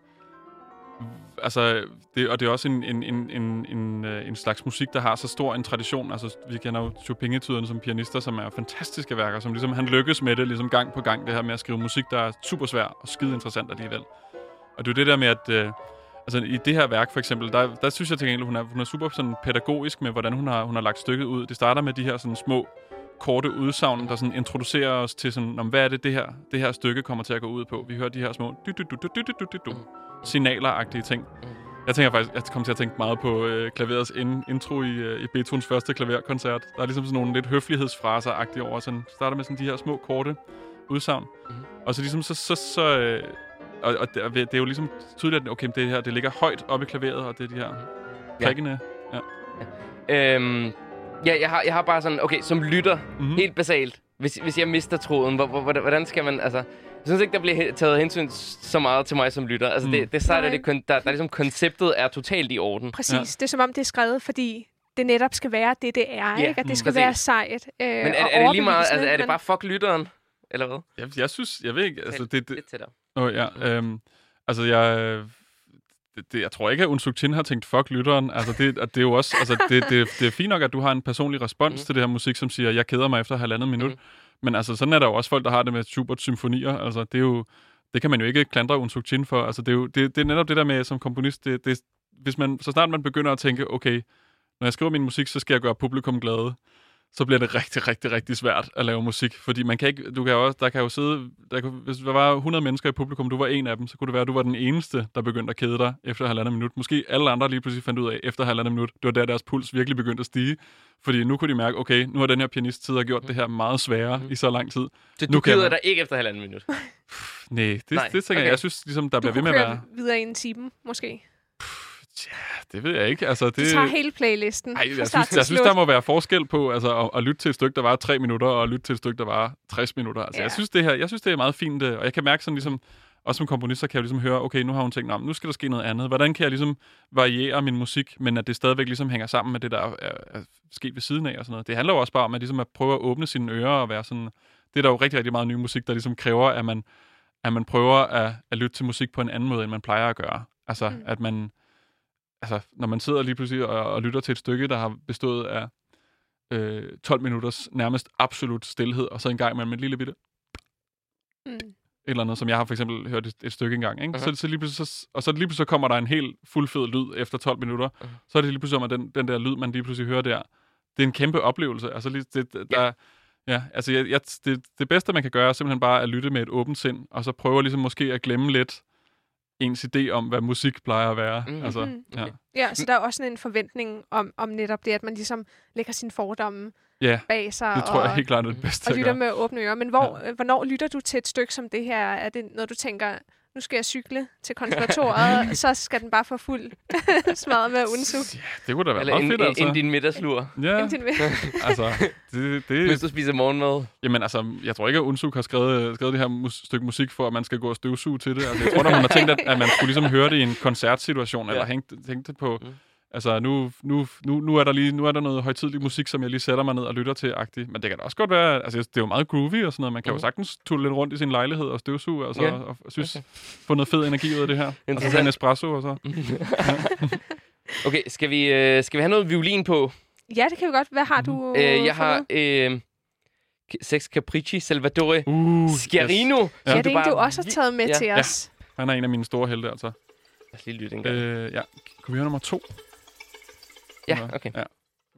altså, det, og det er også en, en, en, en, en, øh, en slags musik, der har så stor en tradition. Altså, vi kender jo Chopin-etyderne som pianister, som er fantastiske værker, som ligesom, han lykkes med det ligesom gang på gang, det her med at skrive musik, der er super svær og skide interessant alligevel. Og det er jo det der med, at øh, altså, i det her værk for eksempel, der, der synes jeg til gengæld, hun er, hun er super sådan, pædagogisk med, hvordan hun har, hun har lagt stykket ud. Det starter med de her sådan, små, korte udsagn, der sådan introducerer os til sådan, om hvad er det, det her, det her stykke kommer til at gå ud på. Vi hører de her små du, du, du, du, du, du, du, du, signaler-agtige ting. Jeg tænker faktisk, jeg kommer til at tænke meget på øh, klaverets in, intro i, øh, i Beethovens første klaverkoncert. Der er ligesom sådan nogle lidt høflighedsfraser-agtige over. Sådan, starter med sådan de her små, korte udsagn. Mm-hmm. Og så ligesom så... så, så øh, og, og det, det er jo ligesom tydeligt, at okay, det her det ligger højt oppe i klaveret, og det er de her prikkende... Ja. Ja. Øhm, ja, jeg har, jeg har bare sådan, okay, som lytter, Mhm. helt basalt, hvis, hvis jeg mister tråden, hvor, hvor, hvordan skal man, altså... Jeg synes ikke, der bliver he- taget hensyn så meget til mig som lytter. Altså, Mm. det, det er sejt, Nej. at det kun, der, der er ligesom konceptet er totalt i orden. Præcis. Ja. Det er som om, det er skrevet, fordi det netop skal være det, det er. Ja, Ikke? At mm, det skal præcis. være sejt øh, Men er, og er det lige meget, overbevisende, altså, er det men- bare fuck lytteren? Eller hvad? Jeg, jeg synes, jeg ved ikke, altså det... det Lidt tættere. åh, ja, øhm, altså jeg... Det, det, jeg tror ikke, at Unsuk Chin har tænkt, fuck lytteren. Altså, det, og det er jo også, altså, det, det, det er fint nok, at du har en personlig respons Mm. til det her musik, som siger, jeg keder mig efter halvandet minut. Mm. Men altså, sådan er der jo også folk, der har det med Schuberts symfonier. Altså, det er jo, det kan man jo ikke klandre Unsuk Chin for. Altså, det er jo, det, det er netop det der med, som komponist, det, det, hvis man, så snart man begynder at tænke, okay, når jeg skriver min musik, så skal jeg gøre publikum glade, så bliver det rigtig, rigtig, rigtig svært at lave musik. Fordi man kan ikke, du kan jo også, der kan jo sidde, der kan, hvis der var hundrede mennesker i publikum, du var en af dem, så kunne det være, at du var den eneste, der begyndte at kede dig efter halvandet minut. Måske alle andre lige pludselig fandt ud af, efter halvandet minut, det var der, deres puls virkelig begyndte at stige. Fordi nu kunne de mærke, okay, nu har den her pianist tid gjort det her meget sværere Mm. i så lang tid. Så Nu du kan keder man- dig ikke efter halvanden minut? Nej, det, Nej, det tænker okay. jeg. Jeg synes ligesom, der Du bliver ved kunne med at køre være... videre i en time, måske. Det ved jeg ikke. Altså, det... Du tager hele playlisten. Ej, fra jeg start synes, til jeg synes, slut. der må være forskel på altså, at, at lytte til et stykke, der var tre minutter, og at lytte til et stykke, der var tres minutter. Altså, Ja. jeg synes, det her, jeg synes, det er meget fint, øh, og jeg kan mærke sådan ligesom, også som komponist, så kan jeg jo ligesom høre, okay, nu har hun tænkt, "Nå, nu skal der ske noget andet. Hvordan kan jeg ligesom variere min musik, men at det stadigvæk ligesom hænger sammen med det, der er, er sket ved siden af og sådan noget. Det handler jo også bare om at, ligesom at prøve at åbne sine ører og være sådan, det er der jo rigtig, rigtig meget ny musik, der ligesom kræver, at man, at man prøver at, at lytte til musik på en anden måde, end man plejer at gøre. Altså, mm. at man, altså, når man sidder lige pludselig og, og lytter til et stykke, der har bestået af øh, tolv minutters nærmest absolut stilhed, og så en gang med en lille bitte Mm. et eller andet, som jeg har for eksempel hørt et, et stykke engang, ikke? Uh-huh. Så, så lige pludselig, så, og så lige pludselig så kommer der en helt fuldfed lyd efter tolv minutter. Uh-huh. Så er det lige pludselig, at den, den der lyd, man lige pludselig hører der, det er en kæmpe oplevelse. Altså, lige, det, der, Ja. ja, altså jeg, jeg, det, det bedste, man kan gøre, er simpelthen bare at lytte med et åbent sind, og så prøve ligesom måske at glemme lidt ens idé om, hvad musik plejer at være. Mm. Altså, Mm. ja. Ja, så der er også sådan en forventning om, om netop det, at man ligesom lægger sine fordomme ja, bag sig det tror og, jeg helt klart er det bedste og at lytter gøre. med åbne ører. Men hvor, ja. hvornår lytter du til et stykke som det her? Er det noget, du tænker, nu skal jeg cykle til konservatoriet, så skal den bare få fuld smadret med unsu? Ja, det kunne da være Eller meget ind, fedt, ind, altså. ind din middagslur. Ja, Indtil vi- altså, det, det, Hvis du spiser morgenmad. Jamen altså, jeg tror ikke, at Unsuk har skrevet, skrevet det her mus- stykke musik for, at man skal gå og støvsuge til det. Altså, jeg tror, at hun har tænkt, at, at man skulle ligesom høre det i en koncertsituation, ja. eller hænge, tænke det på... Mm. Altså, nu, nu, nu, nu, er der lige, nu er der noget højtidlig musik, som jeg lige sætter mig ned og lytter til-agtigt. Men det kan da også godt være... Altså, det er jo meget groovy og sådan noget. Man kan mm. jo sagtens tulle lidt rundt i sin lejlighed og støvsuge, og, så, Ja. og, og synes, okay. få noget fed energi ud af det her. Og så tage en espresso, og så... Okay, skal vi, øh, skal vi have noget violin på? Ja, det kan vi godt. Hvad har du Øh, jeg har fundet? øh, Sex Capricci Salvatore Uh, Schiarino. Yes. Ja, som det er en, bare du også har taget med Ja. til os. Han er en af mine store helte, altså. Lad os lige lytte en gang. Øh, ja. Kunne vi høre nummer to? Ja, okay. Ja.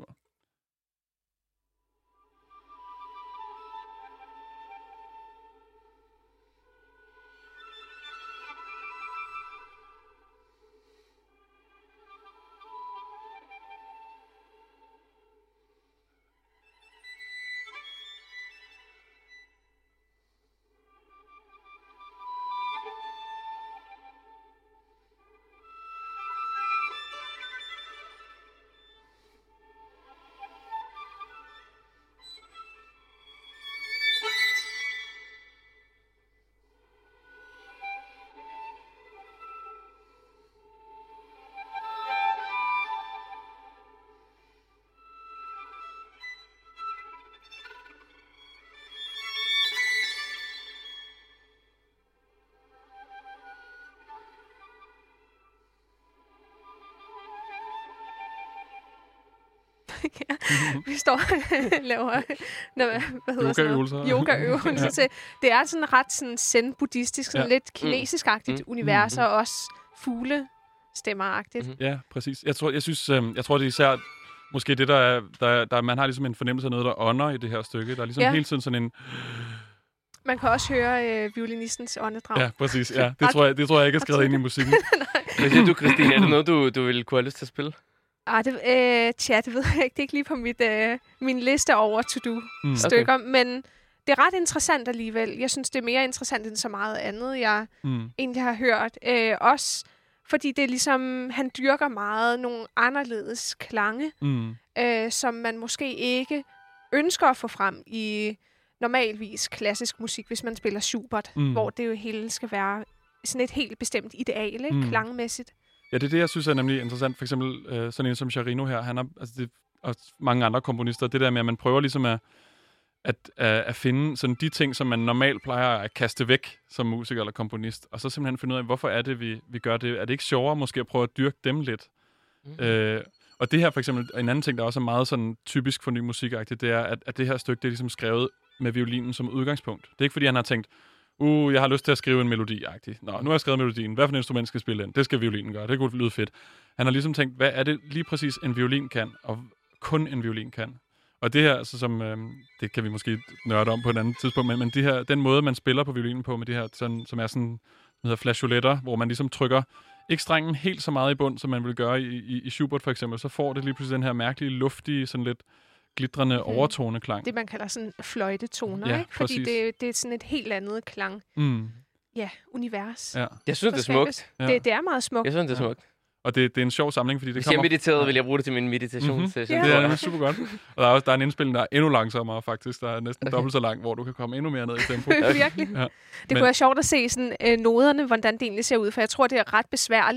Ja, vi står og laver noget, hvad hedder sådan Yogaøvelser. noget? Yogaøvelser. Ja. til. Det er sådan ret sådan zen-buddhistisk, sådan Ja. lidt kinesisk-agtigt Mm. univers, Mm. og også fuglestemmer-agtigt. Mhm. Ja, præcis. Jeg tror, jeg synes, øh, jeg tror det er især måske det, der er, der, der, man har ligesom en fornemmelse af noget, der ånder i det her stykke. Der er ligesom Ja. hele tiden sådan en... Man kan også høre øh, violinistens åndedrag. Ja, præcis. Ja, det, tror jeg, det tror jeg ikke er skrevet ind i musikken. Hvad siger du, Christine? Er det noget, du, du ville kunne have lyst til at spille? Ah, det, øh, tja, det ved jeg ikke. Det er ikke lige på mit, øh, min liste over to-do-stykker, Mm. okay. Men det er ret interessant alligevel. Jeg synes, det er mere interessant end så meget andet, jeg Mm. egentlig har hørt. Øh, også fordi det er ligesom, han dyrker meget nogle anderledes klange, Mm. øh, som man måske ikke ønsker at få frem i normalvis klassisk musik, hvis man spiller Schubert, Mm. hvor det jo hele skal være sådan et helt bestemt ideal, ikke? Mm. Klangmæssigt. Ja, det er det, jeg synes er nemlig interessant. For eksempel øh, sådan en som Schiarino her, han har, altså det, og mange andre komponister, det der med, at man prøver ligesom at, at, at, at finde sådan de ting, som man normalt plejer at kaste væk som musiker eller komponist, og så simpelthen finde ud af, hvorfor er det, vi, vi gør det? Er det ikke sjovere måske at prøve at dyrke dem lidt? Mm. Øh, og det her for eksempel, en anden ting, der også er meget sådan typisk for ny musikagtigt, det er, at, at det her stykke, det er ligesom skrevet med violinen som udgangspunkt. Det er ikke, fordi han har tænkt, uh, jeg har lyst til at skrive en melodi-agtig. Nå, nu har jeg skrevet melodien. Hvad for et instrument skal spille den? Det skal violinen gøre. Det kunne lyde fedt. Han har ligesom tænkt, hvad er det lige præcis en violin kan, og kun en violin kan. Og det her, altså, som, øh, det kan vi måske nørde om på et andet tidspunkt, men, men de her, den måde, man spiller på violinen på, med det her, sådan, som er sådan, der hedder flageoletter, hvor man ligesom trykker ikke strengen helt så meget i bund, som man vil gøre i, i, i Schubert for eksempel, så får det lige pludselig den her mærkelige, luftige, sådan lidt glitrende mm. overtoneklang. Det, man kalder sådan fløjtetoner, Ja, ikke? Fordi præcis. det, det er sådan et helt andet klang. Mm. Ja, univers. Ja. Jeg synes, det er smukt. Ja. Det, det er meget smukt. Jeg synes, det er smukt. Og det, det er en sjov samling, fordi det Hvis kommer... jeg mediterede, vil jeg bruge det til min meditationssession. Mm-hmm. Det er nemlig super godt. Og der er også der er en indspilning, der er endnu langsommere faktisk. Der er næsten okay. dobbelt så lang, hvor du kan komme endnu mere ned i tempo. Virkelig. Ja. Det Men- kunne være sjovt at se sådan, øh, noderne, hvordan det egentlig ser ud, for jeg tror, det er ret besværligt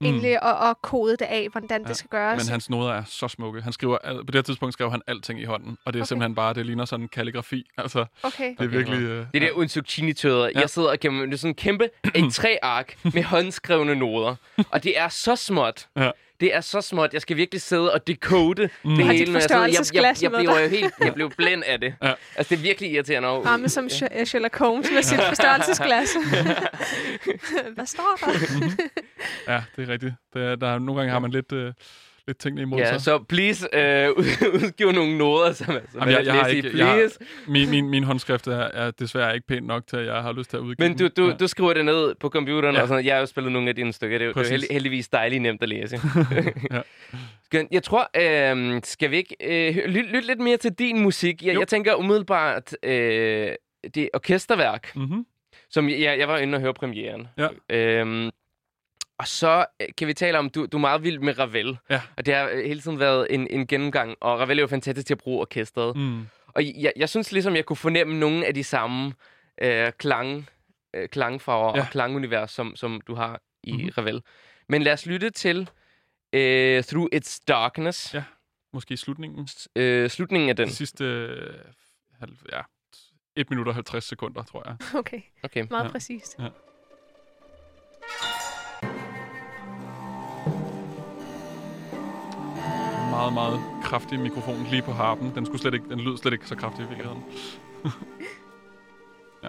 mm. egentlig at, at kode det af, hvordan ja. det skal gøres. Men hans noder er så smukke. Han skriver, al- på det her tidspunkt skrev han alting i hånden, og det er okay. simpelthen bare, det ligner sådan en kalligrafi. Altså, okay. det er okay, virkelig... Ja. Øh, det er der Unzucchini-tøder. Ja. Jeg sidder og gemmer det er sådan en kæmpe A tre ark med håndskrevne noder. Og det er så småt. Ja. Det er så småt. Jeg skal virkelig sidde og decode mm. det hele. Jeg, jeg, jeg, jeg, blev jo helt, jeg blev blind af det. Ja. Altså, det er virkelig irriterende. Ramme som ja. Sherlock Holmes med sit forstørrelsesglas. Hvad står der? Ja, det er rigtigt. Det er, der, nogle gange har man lidt... Øh, lidt tingene imod ja, sig. så please øh, udgiv nogle noder, som altså, Jamen, jeg, jeg har ikke, please. Jeg, min, min, min håndskrift er, er desværre ikke pænt nok til, at jeg har lyst til at udgive Men du, du, ja. du skriver det ned på computeren, ja. og sådan, jeg har jo spillet nogle af dine stykker. Det er jo held, heldigvis dejligt nemt at læse. ja. Jeg tror, øh, skal vi ikke øh, lytte lyt lidt mere til din musik? Jeg, jeg tænker umiddelbart, øh, det orkesterværk, mm-hmm. som jeg, jeg var inde og høre premieren. Ja. Øhm, Og så kan vi tale om, du, du er meget vild med Ravel. Ja. Og det har hele tiden været en, en gennemgang. Og Ravel er jo fantastisk til at bruge orkestret. Mm. Og jeg, jeg synes ligesom, jeg kunne fornemme nogle af de samme øh, klang, øh, klangfarver ja. og klangunivers, som, som du har i mm-hmm. Ravel. Men lad os lytte til øh, Through Its Darkness. Ja, måske slutningen. Øh, slutningen af den. De sidste øh, halv, ja, et minut og halvtreds sekunder, tror jeg. Okay, okay. Meget ja. præcist. Ja. Meget, meget kraftig mikrofon lige på harpen. Den, skulle slet ikke, den lød slet ikke så kraftig i virkeligheden. ja.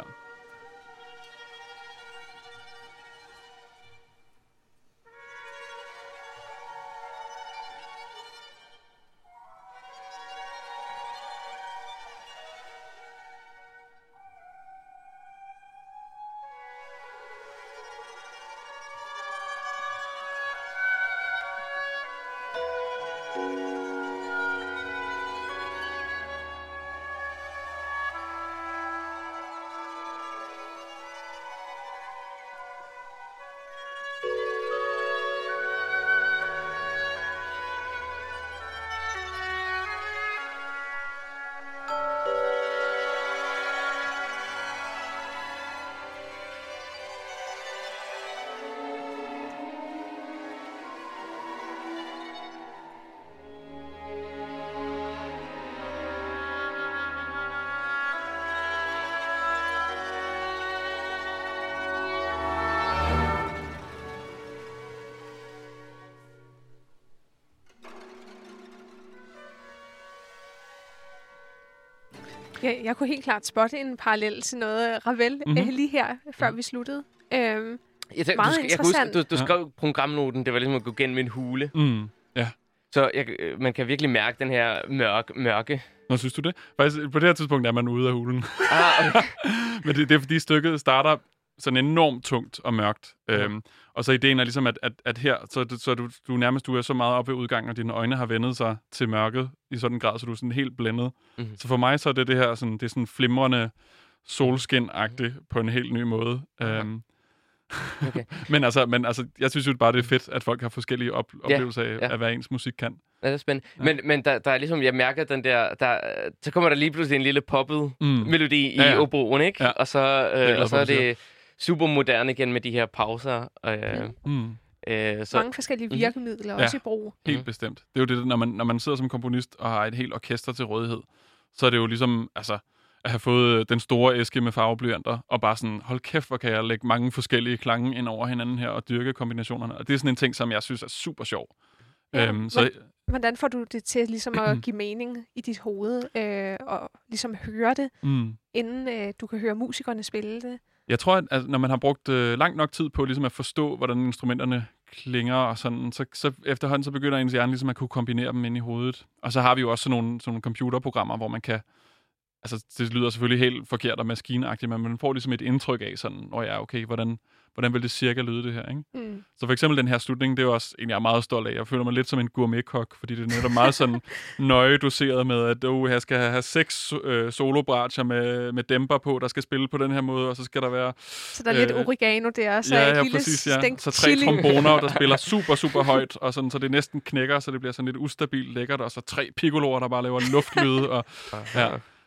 Jeg, jeg kunne helt klart spotte en parallel til noget Ravel mm-hmm. øh, lige her, før vi sluttede. Øhm, jeg tænker, meget du, jeg interessant. huske, du, du skrev programnoten, det var ligesom at gå gennem en hule. Mm, ja. Så jeg, man kan virkelig mærke den her mørke. mørke. Nå, synes du det? Faktisk, på det her tidspunkt er man ude af hulen. Ah, okay. Men det, det er fordi stykket starter sådan enormt tungt og mørkt. Ja. Øhm, og så ideen er ligesom, at, at, at her, så, så du, du nærmest du er så meget oppe ved udgangen, og dine øjne har vendet sig til mørket i sådan en grad, så du er sådan helt blændet. Mm-hmm. Så for mig så er det det her, sådan, det er sådan flimrende solskin-agtigt på en helt ny måde. Okay. Øhm, okay. men, altså, men altså, jeg synes jo bare, det er fedt, at folk har forskellige op- oplevelser af, ja. af, hvad ens musik kan. Ja, det er spændende. Ja. Men, men der, der er ligesom, jeg mærker den der, der, så kommer der lige pludselig en lille poppet mm. melodi i ja, ja. oboen, ikke? Ja. Og så, øh, og så er det super moderne igen med de her pauser. Øh, ja. mm. øh, så. Mange forskellige virkemidler mm. også ja, i brug. Helt mm. bestemt. Det er jo det, når man, når man sidder som komponist og har et helt orkester til rådighed, så er det jo ligesom, altså, at have fået den store æske med farveblyanter, og bare sådan, hold kæft, hvor kan jeg lægge mange forskellige klange ind over hinanden her, og dyrke kombinationerne. Og det er sådan en ting, som jeg synes er super sjov. Ja, øhm, så, hvordan får du det til ligesom at give mening i dit hoved, øh, og ligesom høre det, mm. inden øh, du kan høre musikerne spille det? Jeg tror, at altså, når man har brugt øh, langt nok tid på ligesom at forstå, hvordan instrumenterne klinger, og sådan, så, så efterhånden så begynder ens hjerne ligesom at kunne kombinere dem ind i hovedet. Og så har vi jo også sådan nogle, sådan nogle computerprogrammer, hvor man kan. Altså, det lyder selvfølgelig helt forkert og maskineagtigt, men man får ligesom et indtryk af sådan, åh ja, okay, hvordan, hvordan vil det cirka lyde det her, ikke? Mm. Så for eksempel den her slutning, det er jo også en, jeg er meget stolt af. Jeg føler mig lidt som en gourmetkok, fordi det er netop meget sådan nøje doseret med, at oh, jeg skal have seks øh, solobratscher med, med dæmper på, der skal spille på den her måde, og så skal der være... Så der er øh, lidt oregano der, så ja, et ja, lille præcis, ja. stængt Så tre chili. tromboner, der spiller super, super højt, og sådan, så det næsten knækker, så det bliver sådan lidt ustabilt lækkert, og så tre piccoloer, der bare laver luftlyde, og... ja.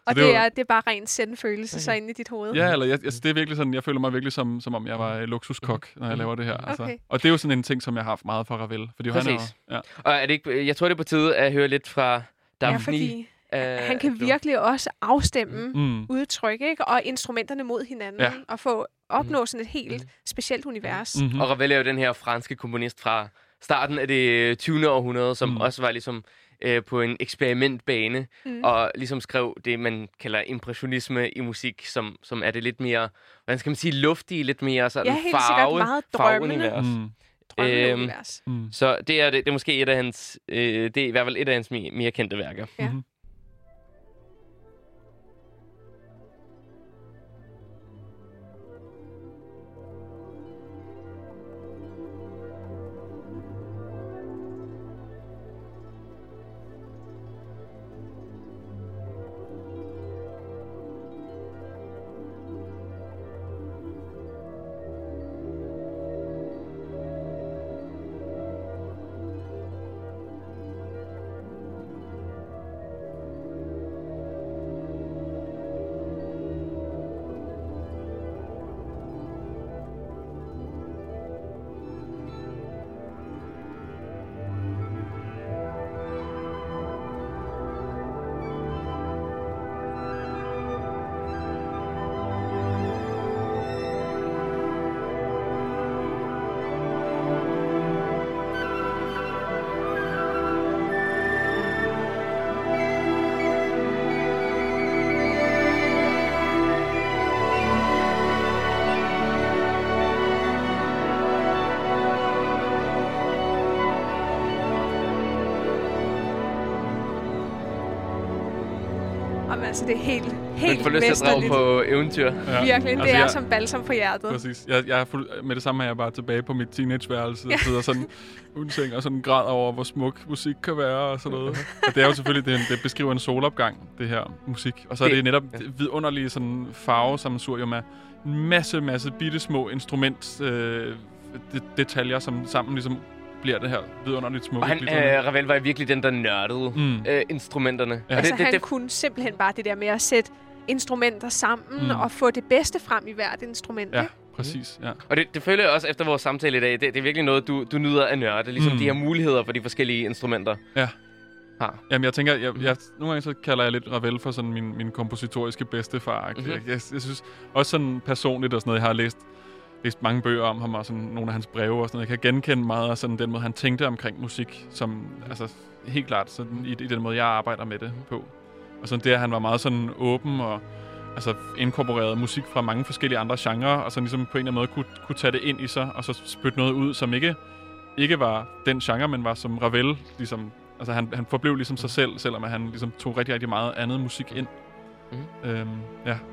Og det det, var- er, det er bare ren sendfølelse så inde i dit hoved. Ja, eller jeg, altså, det er virkelig sådan, jeg føler mig virkelig som, som om jeg var øh, luksuskok, når jeg laver det her. Altså. Okay. Og det er jo sådan en ting, som jeg har haft meget fra Ravel. Fordi han er jo, Præcis. ja. Og er det ikke, jeg tror, det er på tide at høre lidt fra Daphne. Ja, fordi øh, han kan du- virkelig også afstemme Mm. udtryk, ikke? Og instrumenterne mod hinanden, Ja. og få opnå sådan et helt specielt univers. Mm-hmm. Og Ravel er jo den her franske komponist fra starten af det tyvende århundrede, som Mm. mm. også var ligesom øh, på en eksperimentbane, Mm. og ligesom skrev det, man kalder impressionisme i musik, som, som er det lidt mere, hvordan skal man sige, luftige, lidt mere sådan Ja, helt farve, sikkert meget drømmende. farveunivers. Mm. Drømmende Øhm, univers. Mm. Så det er, det, det er måske et af hans, øh, det er i hvert fald et af hans mere, mere kendte værker. Ja. Mhm. Jamen, altså, det er helt, Man helt får lyst til at drage mesterligt. på eventyr. Ja. Virkelig, det Altså, er jeg- som balsam på hjertet. Præcis. Jeg, jeg er fuld, med det samme er jeg bare tilbage på mit teenageværelse og sidder sådan uden seng og sådan græder over, hvor smuk musik kan være og sådan noget. Og det er jo selvfølgelig, det, det beskriver en solopgang, det her musik. Og så er det, Det- det netop det vidunderlige sådan farvesammensurium af en masse, masse bittesmå instrument øh, det, detaljer, som sammen ligesom bliver det her vidunderligt smukke. Og han, glitrende. øh, Ravel var virkelig den, der nørdede Mm. øh, instrumenterne. Ja. Og Altså, det, det, han det, kunne simpelthen bare det der med at sætte instrumenter sammen Mm. og få det bedste frem i hvert instrument. Ja, ikke? præcis. Ja. og det, det føler jeg også efter vores samtale i dag. Det, det er virkelig noget, du, du nyder at nørde. Ligesom Mm. de her muligheder for de forskellige instrumenter. Ja. Har. Jamen, jeg tænker, jeg, jeg, nogle gange så kalder jeg lidt Ravel for sådan min, min kompositoriske bedstefar. Mhm. Mm-hmm. Jeg, jeg, jeg synes også sådan personligt og sådan noget, jeg har læst, læst mange bøger om ham og sådan nogle af hans breve og sådan noget. Jeg kan genkende meget af sådan den måde, han tænkte omkring musik, som altså helt klart sådan i, i den måde, jeg arbejder med det på. Og sådan det, at han var meget sådan åben og altså inkorporerede musik fra mange forskellige andre genrer, og så ligesom på en eller anden måde kunne, kunne tage det ind i sig, og så spytte noget ud, som ikke, ikke var den genre, men var som Ravel ligesom. Altså, han, han forblev ligesom sig selv, selvom at han ligesom tog rigtig, rigtig meget andet musik ind. Mhm. Øhm, ja. Det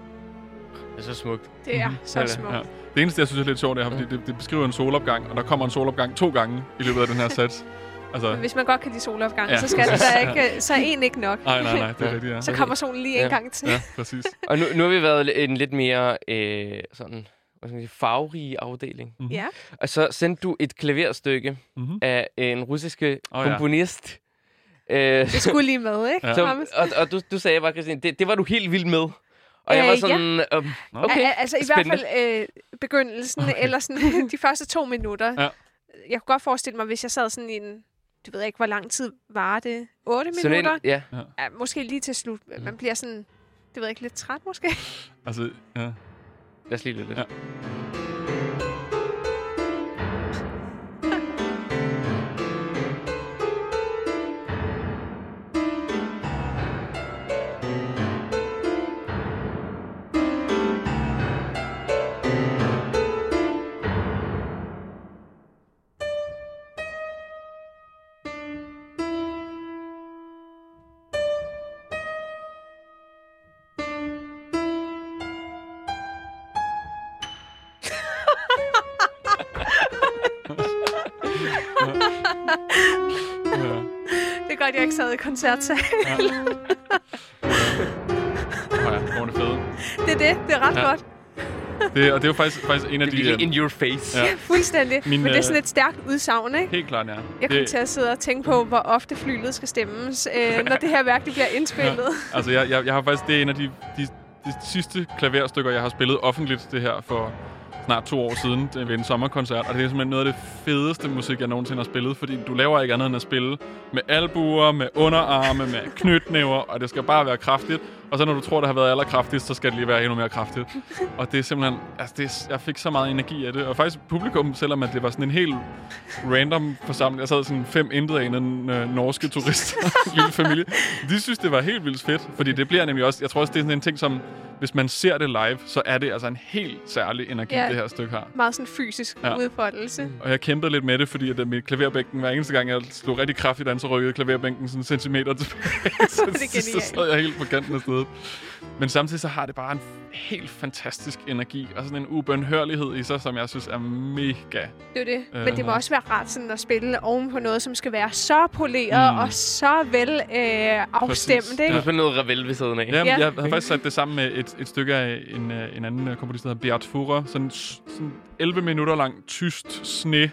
er så smukt. Det er Mhm. så Ja, smukt. ja. Det eneste, jeg synes er lidt sjovt, er, fordi det, det beskriver en solopgang, og der kommer en solopgang to gange i løbet af den her sats. Altså, Hvis man godt kan lide solopgang, Ja. så skal det der ikke, så er en ikke nok. nej, nej, nej, det er Ja. rigtigt, ja. Så kommer solen lige Ja. en gang til. Ja, præcis. Og nu, nu har vi været en lidt mere øh, sådan, hvad skal man sige, farverig afdeling. Mhm. Ja. Og så sendte du et klaverstykke Mhm. af en russiske Åh, ja. komponist. Øh, Det skulle lige med, ikke? Ja. som, Thomas? og, og du, du sagde bare, Christine, det, det var du helt vild med. Og jeg Øh, var ja. sådan, øhm, Nå. okay, Al- altså i spændende. hvert fald øh, begyndelsen, okay. eller sådan de første to minutter. Ja. Jeg kunne godt forestille mig, hvis jeg sad sådan i en, du ved ikke, hvor lang tid var det? otte Sådan minutter? en, ja. Ja, måske lige til slut. Man bliver sådan, det ved jeg ikke, lidt træt måske. Altså, ja. Lad os lige lidt. Ja. ja. Det er godt, jeg ikke sad i koncertsal. Ja. Nå ja, hvor er det fede. Det er det. Det er ret Ja. godt. Det, og det er jo faktisk, faktisk en af Det er de... virkelig in your face. Ja. Ja, fuldstændig. Min, Men det er øh, sådan et stærkt udsagn, ikke? Helt klart, ja. Jeg kommer det, til at sidde og tænke på, hvor ofte flylet skal stemmes, øh, når det her værk det bliver indspillet. Altså, jeg, jeg, jeg har faktisk... Det er en af de, de, de sidste klaverstykker, jeg har spillet offentligt, det her, for snart to år siden ved en sommerkoncert. Og det er simpelthen noget af det fedeste musik, jeg nogensinde har spillet, fordi du laver ikke andet end at spille med albuer, med underarme, med knytnæver, og det skal bare være kraftigt. Og så når du tror, det har været allerkraftigst, så skal det lige være endnu mere kraftigt. Og det er simpelthen... Altså, det er, jeg fik så meget energi af det. Og faktisk publikum, selvom at det var sådan en helt random forsamling. Jeg sad sådan fem intet en øh, norske turister, lille familie. De synes, det var helt vildt fedt, fordi det bliver nemlig også... Jeg tror også, det er sådan en ting, som... Hvis man ser det live, så er det altså en helt særlig energi, Ja. det her stykke har. Meget sådan fysisk Ja. ja. udfoldelse. Og jeg kæmpede lidt med det, fordi at mit klaverbænken, hver eneste gang, jeg slog rigtig kraftigt an, så rykkede klaverbænken sådan en centimeter tilbage. så, Det er så, så genialt. sad jeg helt på kanten af stedet. Men samtidig så har det bare en helt fantastisk energi, og sådan en ubønhørlighed i sig, som jeg synes er mega. Det er jo det. Øh, Men det må også være rart sådan at spille oven på noget, som skal være så poleret Mm. og så vel øh, afstemt, Præcis. ikke? Du har spillet noget Ravel ved siden af. Jamen, Ja. jeg har faktisk sat det sammen med et, et stykke af en, øh, en anden øh, komponist, der hedder Beat Führer. Sådan, sådan elleve minutter lang tyst sne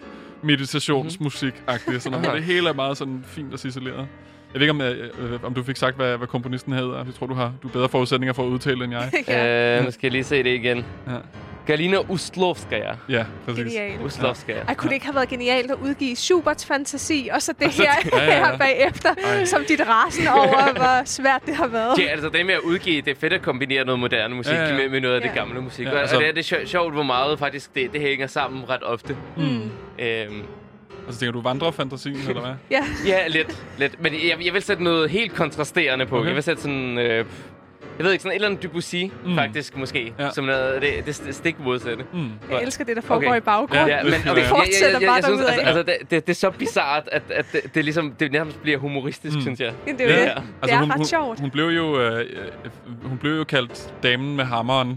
meditationsmusik-agtigt. Sådan, hvor det hele er meget sådan fint og ciseleret. Jeg ved ikke, om, øh, øh, om du fik sagt, hvad, hvad komponisten hedder. Jeg tror, du har du har bedre forudsætninger for at udtale end jeg. Ja. Øh, nu skal jeg lige se det igen. Ja, Galina Ustlovskaya. ja præcis. Genialt. Ustlovskaya. Ej, kunne det ikke have været genialt at udgive Schuberts fantasi, og så det her, ja, ja, ja. her bagefter, Ej. som dit rasen over, hvor svært det har været. Ja, altså det med at udgive, det er fedt at kombinere noget moderne musik Ja, ja. Med, med noget af det Ja. gamle musik. Ja, Ja, altså- og det er det sjo- sjovt, hvor meget faktisk det, det hænger sammen ret ofte. Mm. Øhm, Og så tænker du, vandrefantasien, eller hvad? Ja. ja, lidt, lidt. Men jeg, jeg vil sætte noget helt kontrasterende på. Okay. Okay. Jeg vil sætte sådan... Øh, jeg ved ikke, sådan et eller andet Debussy, Mm. mm. faktisk, måske. Ja. Ja. Som noget, det, det, det stik modsatte. Mm. Jeg elsker det, der foregår Okay. i baggrunden. Ja, Ja, men Det okay, fortsætter bare synes, derudad. altså, altså det, det, det er så bizart, at, at det, det, ligesom, det nærmest bliver humoristisk, Mm. mm. synes jeg. Ja, det er jo Ja. det. Det Altså, er hun, ret hun, sjovt. Hun blev jo, øh, øh, hun blev jo kaldt damen med hammeren.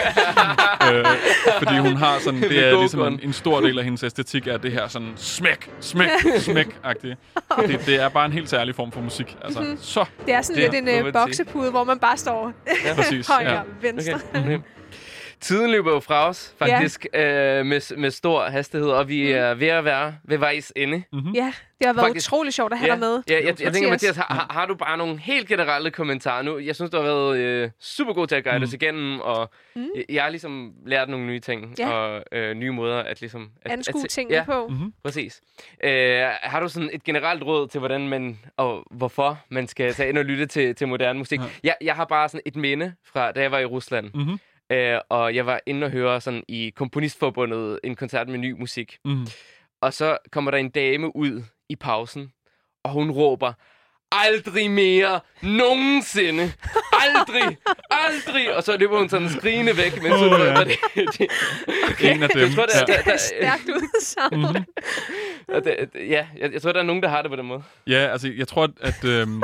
øh, fordi hun har sådan, Med det er ligesom go-gun. en, en stor del af hendes æstetik, er det her sådan smæk, smæk, smæk-agtigt. Det, det er bare en helt særlig form for musik. Altså, Mhm. så Det er sådan Det lidt en må man øh, sige. boksepude, hvor man bare står præcis. højre Ja. venstre. Okay. Okay. Tiden løber jo fra os, faktisk, ja. øh, med, med stor hastighed, og vi er ved at være ved vejs ende. Ja, det har været Faktisk- utroligt sjovt at have Ja, dig med. ja, jeg, jeg tænker, Mathias. Mathias, har, har, har du bare nogle helt generelle kommentarer nu? Jeg synes, du har været øh, super god til at guide Mm. os igennem, og Mm. jeg, jeg har ligesom lært nogle nye ting, Ja. og øh, nye måder at ligesom... At, Anskue at, tingene ja, på. Mm-hmm. præcis. Øh, har du sådan et generelt råd til, hvordan man, og hvorfor man skal tage ind og lytte til, til moderne musik? Ja. Jeg, jeg har bare sådan et minde fra, da jeg var i Rusland, Mm-hmm. øh, og jeg var inde og høre sådan i Komponistforbundet en koncert med ny musik. Mm-hmm. Og så kommer der en dame ud i pausen, og hun råber, aldrig mere, nogensinde, aldrig, aldrig. Og så løber hun sådan skrigende væk, mens hun Åh, oh, ja. det, det, En af dem. Jeg tror, der, Ja. der, der, Stærkt udsagn. Mm-hmm. og det, ja, jeg, jeg tror, der er nogen, der har det på den måde. Ja, altså, jeg tror, at... Øhm,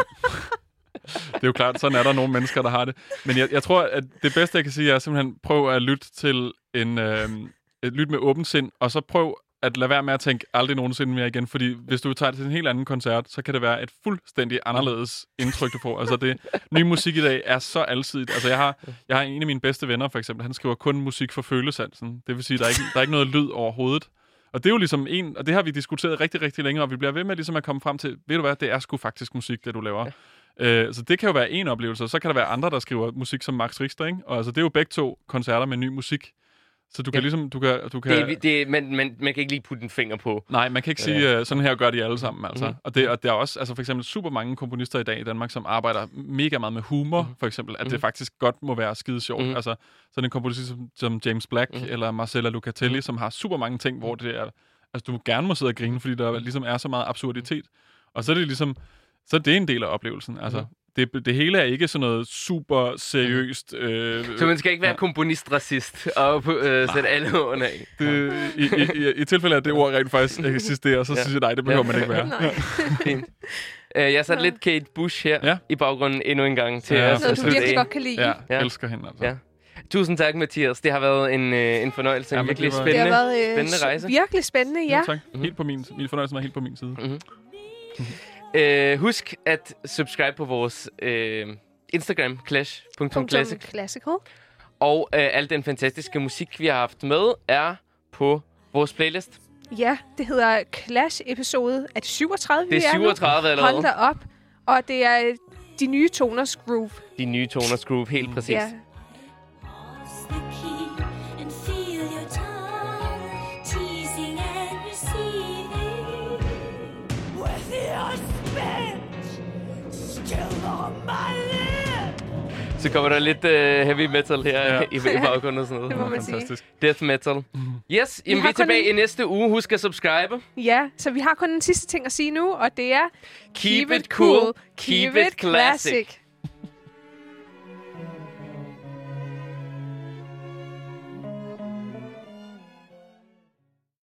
det er jo klart, sådan er der nogle mennesker, der har det. Men jeg, jeg tror, at det bedste, jeg kan sige, er simpelthen prøv at lytte til en... Øhm, et lyt med åbent sind, og så prøv at lade være med at tænke aldrig nogensinde mere igen, fordi hvis du tager det til en helt anden koncert, så kan det være et fuldstændig anderledes indtryk, du får. Altså, det nye musik i dag er så alsidigt. Altså, jeg har, jeg har en af mine bedste venner, for eksempel, han skriver kun musik for følesansen. Det vil sige, der er ikke, der er ikke noget lyd overhovedet. Og det er jo ligesom en, og det har vi diskuteret rigtig, rigtig længe, og vi bliver ved med ligesom at komme frem til, ved du hvad, det er sgu faktisk musik, det du laver. Ja. Øh, så det kan jo være en oplevelse, og så kan der være andre, der skriver musik som Max Richter, ikke? Og altså, det er jo begge to koncerter med ny musik. Så du kan Ja. ligesom, du kan, du kan... Det, det, man, man, man kan ikke lige putte en finger på. Nej, man kan ikke sige, uh, sådan her gør de alle sammen, altså. Mhm. Og, det, og der er også, altså for eksempel super mange komponister i dag i Danmark, som arbejder mega meget med humor, Mhm. for eksempel, at det Mhm. faktisk godt må være skide sjovt. Mhm. Altså, sådan en komponist som, som James Black, Mhm. eller Marcella Lucatelli, Mhm. som har super mange ting, hvor det er, altså du gerne må sidde og grine, fordi der ligesom er så meget absurditet. Og så er det ligesom, så er det en del af oplevelsen, altså. Mhm. Det, det hele er ikke sådan noget super seriøst. Øh, Så man skal ikke være ja. komponistracist og øh, sætte alle under af. det, i, i, i, I tilfælde af, at det ord rent faktisk eksisterer, så Ja. synes jeg, nej, det behøver man ikke være. Nej. Fint. Øh, jeg satte lidt Kate Bush her Ja. i baggrunden endnu en gang til Ja. at Noget, du slutte virkelig af. godt kan lide. Ja, Ja. jeg elsker hende, altså. Ja. Tusind tak, Mathias. Det har været en, øh, en fornøjelse. Ja, En men virkelig det var- Det har spændende, været øh, spændende s- rejse. virkelig spændende, ja. Jo, tak. Helt på min, min fornøjelse var helt på min side. Mm-hmm. øh, husk at subscribe på vores øh, Instagram, clash punktum classic. Classical. Og øh, al den fantastiske musik, vi har haft med, er på vores playlist. Ja, det hedder Clash-episode. Er det syvogtredive, Det er vi er nu? syvogtredive allerede. Hold da op. Og det er øh, de nye toners groove. De nye Toners Groove, helt præcis. Ja. Press the key and feel your tongue teasing and receiving. With your speech still on my lips. Så kommer der lidt uh, heavy metal her Ja. i, i baggrunden og sådan Det må noget. man sige. Fantastisk. Death metal. Yes, jamen, vi har er kun tilbage en- i næste uge. Husk at subscribe. Ja, så vi har kun den sidste ting at sige nu, og det er... Keep it cool, keep it classic.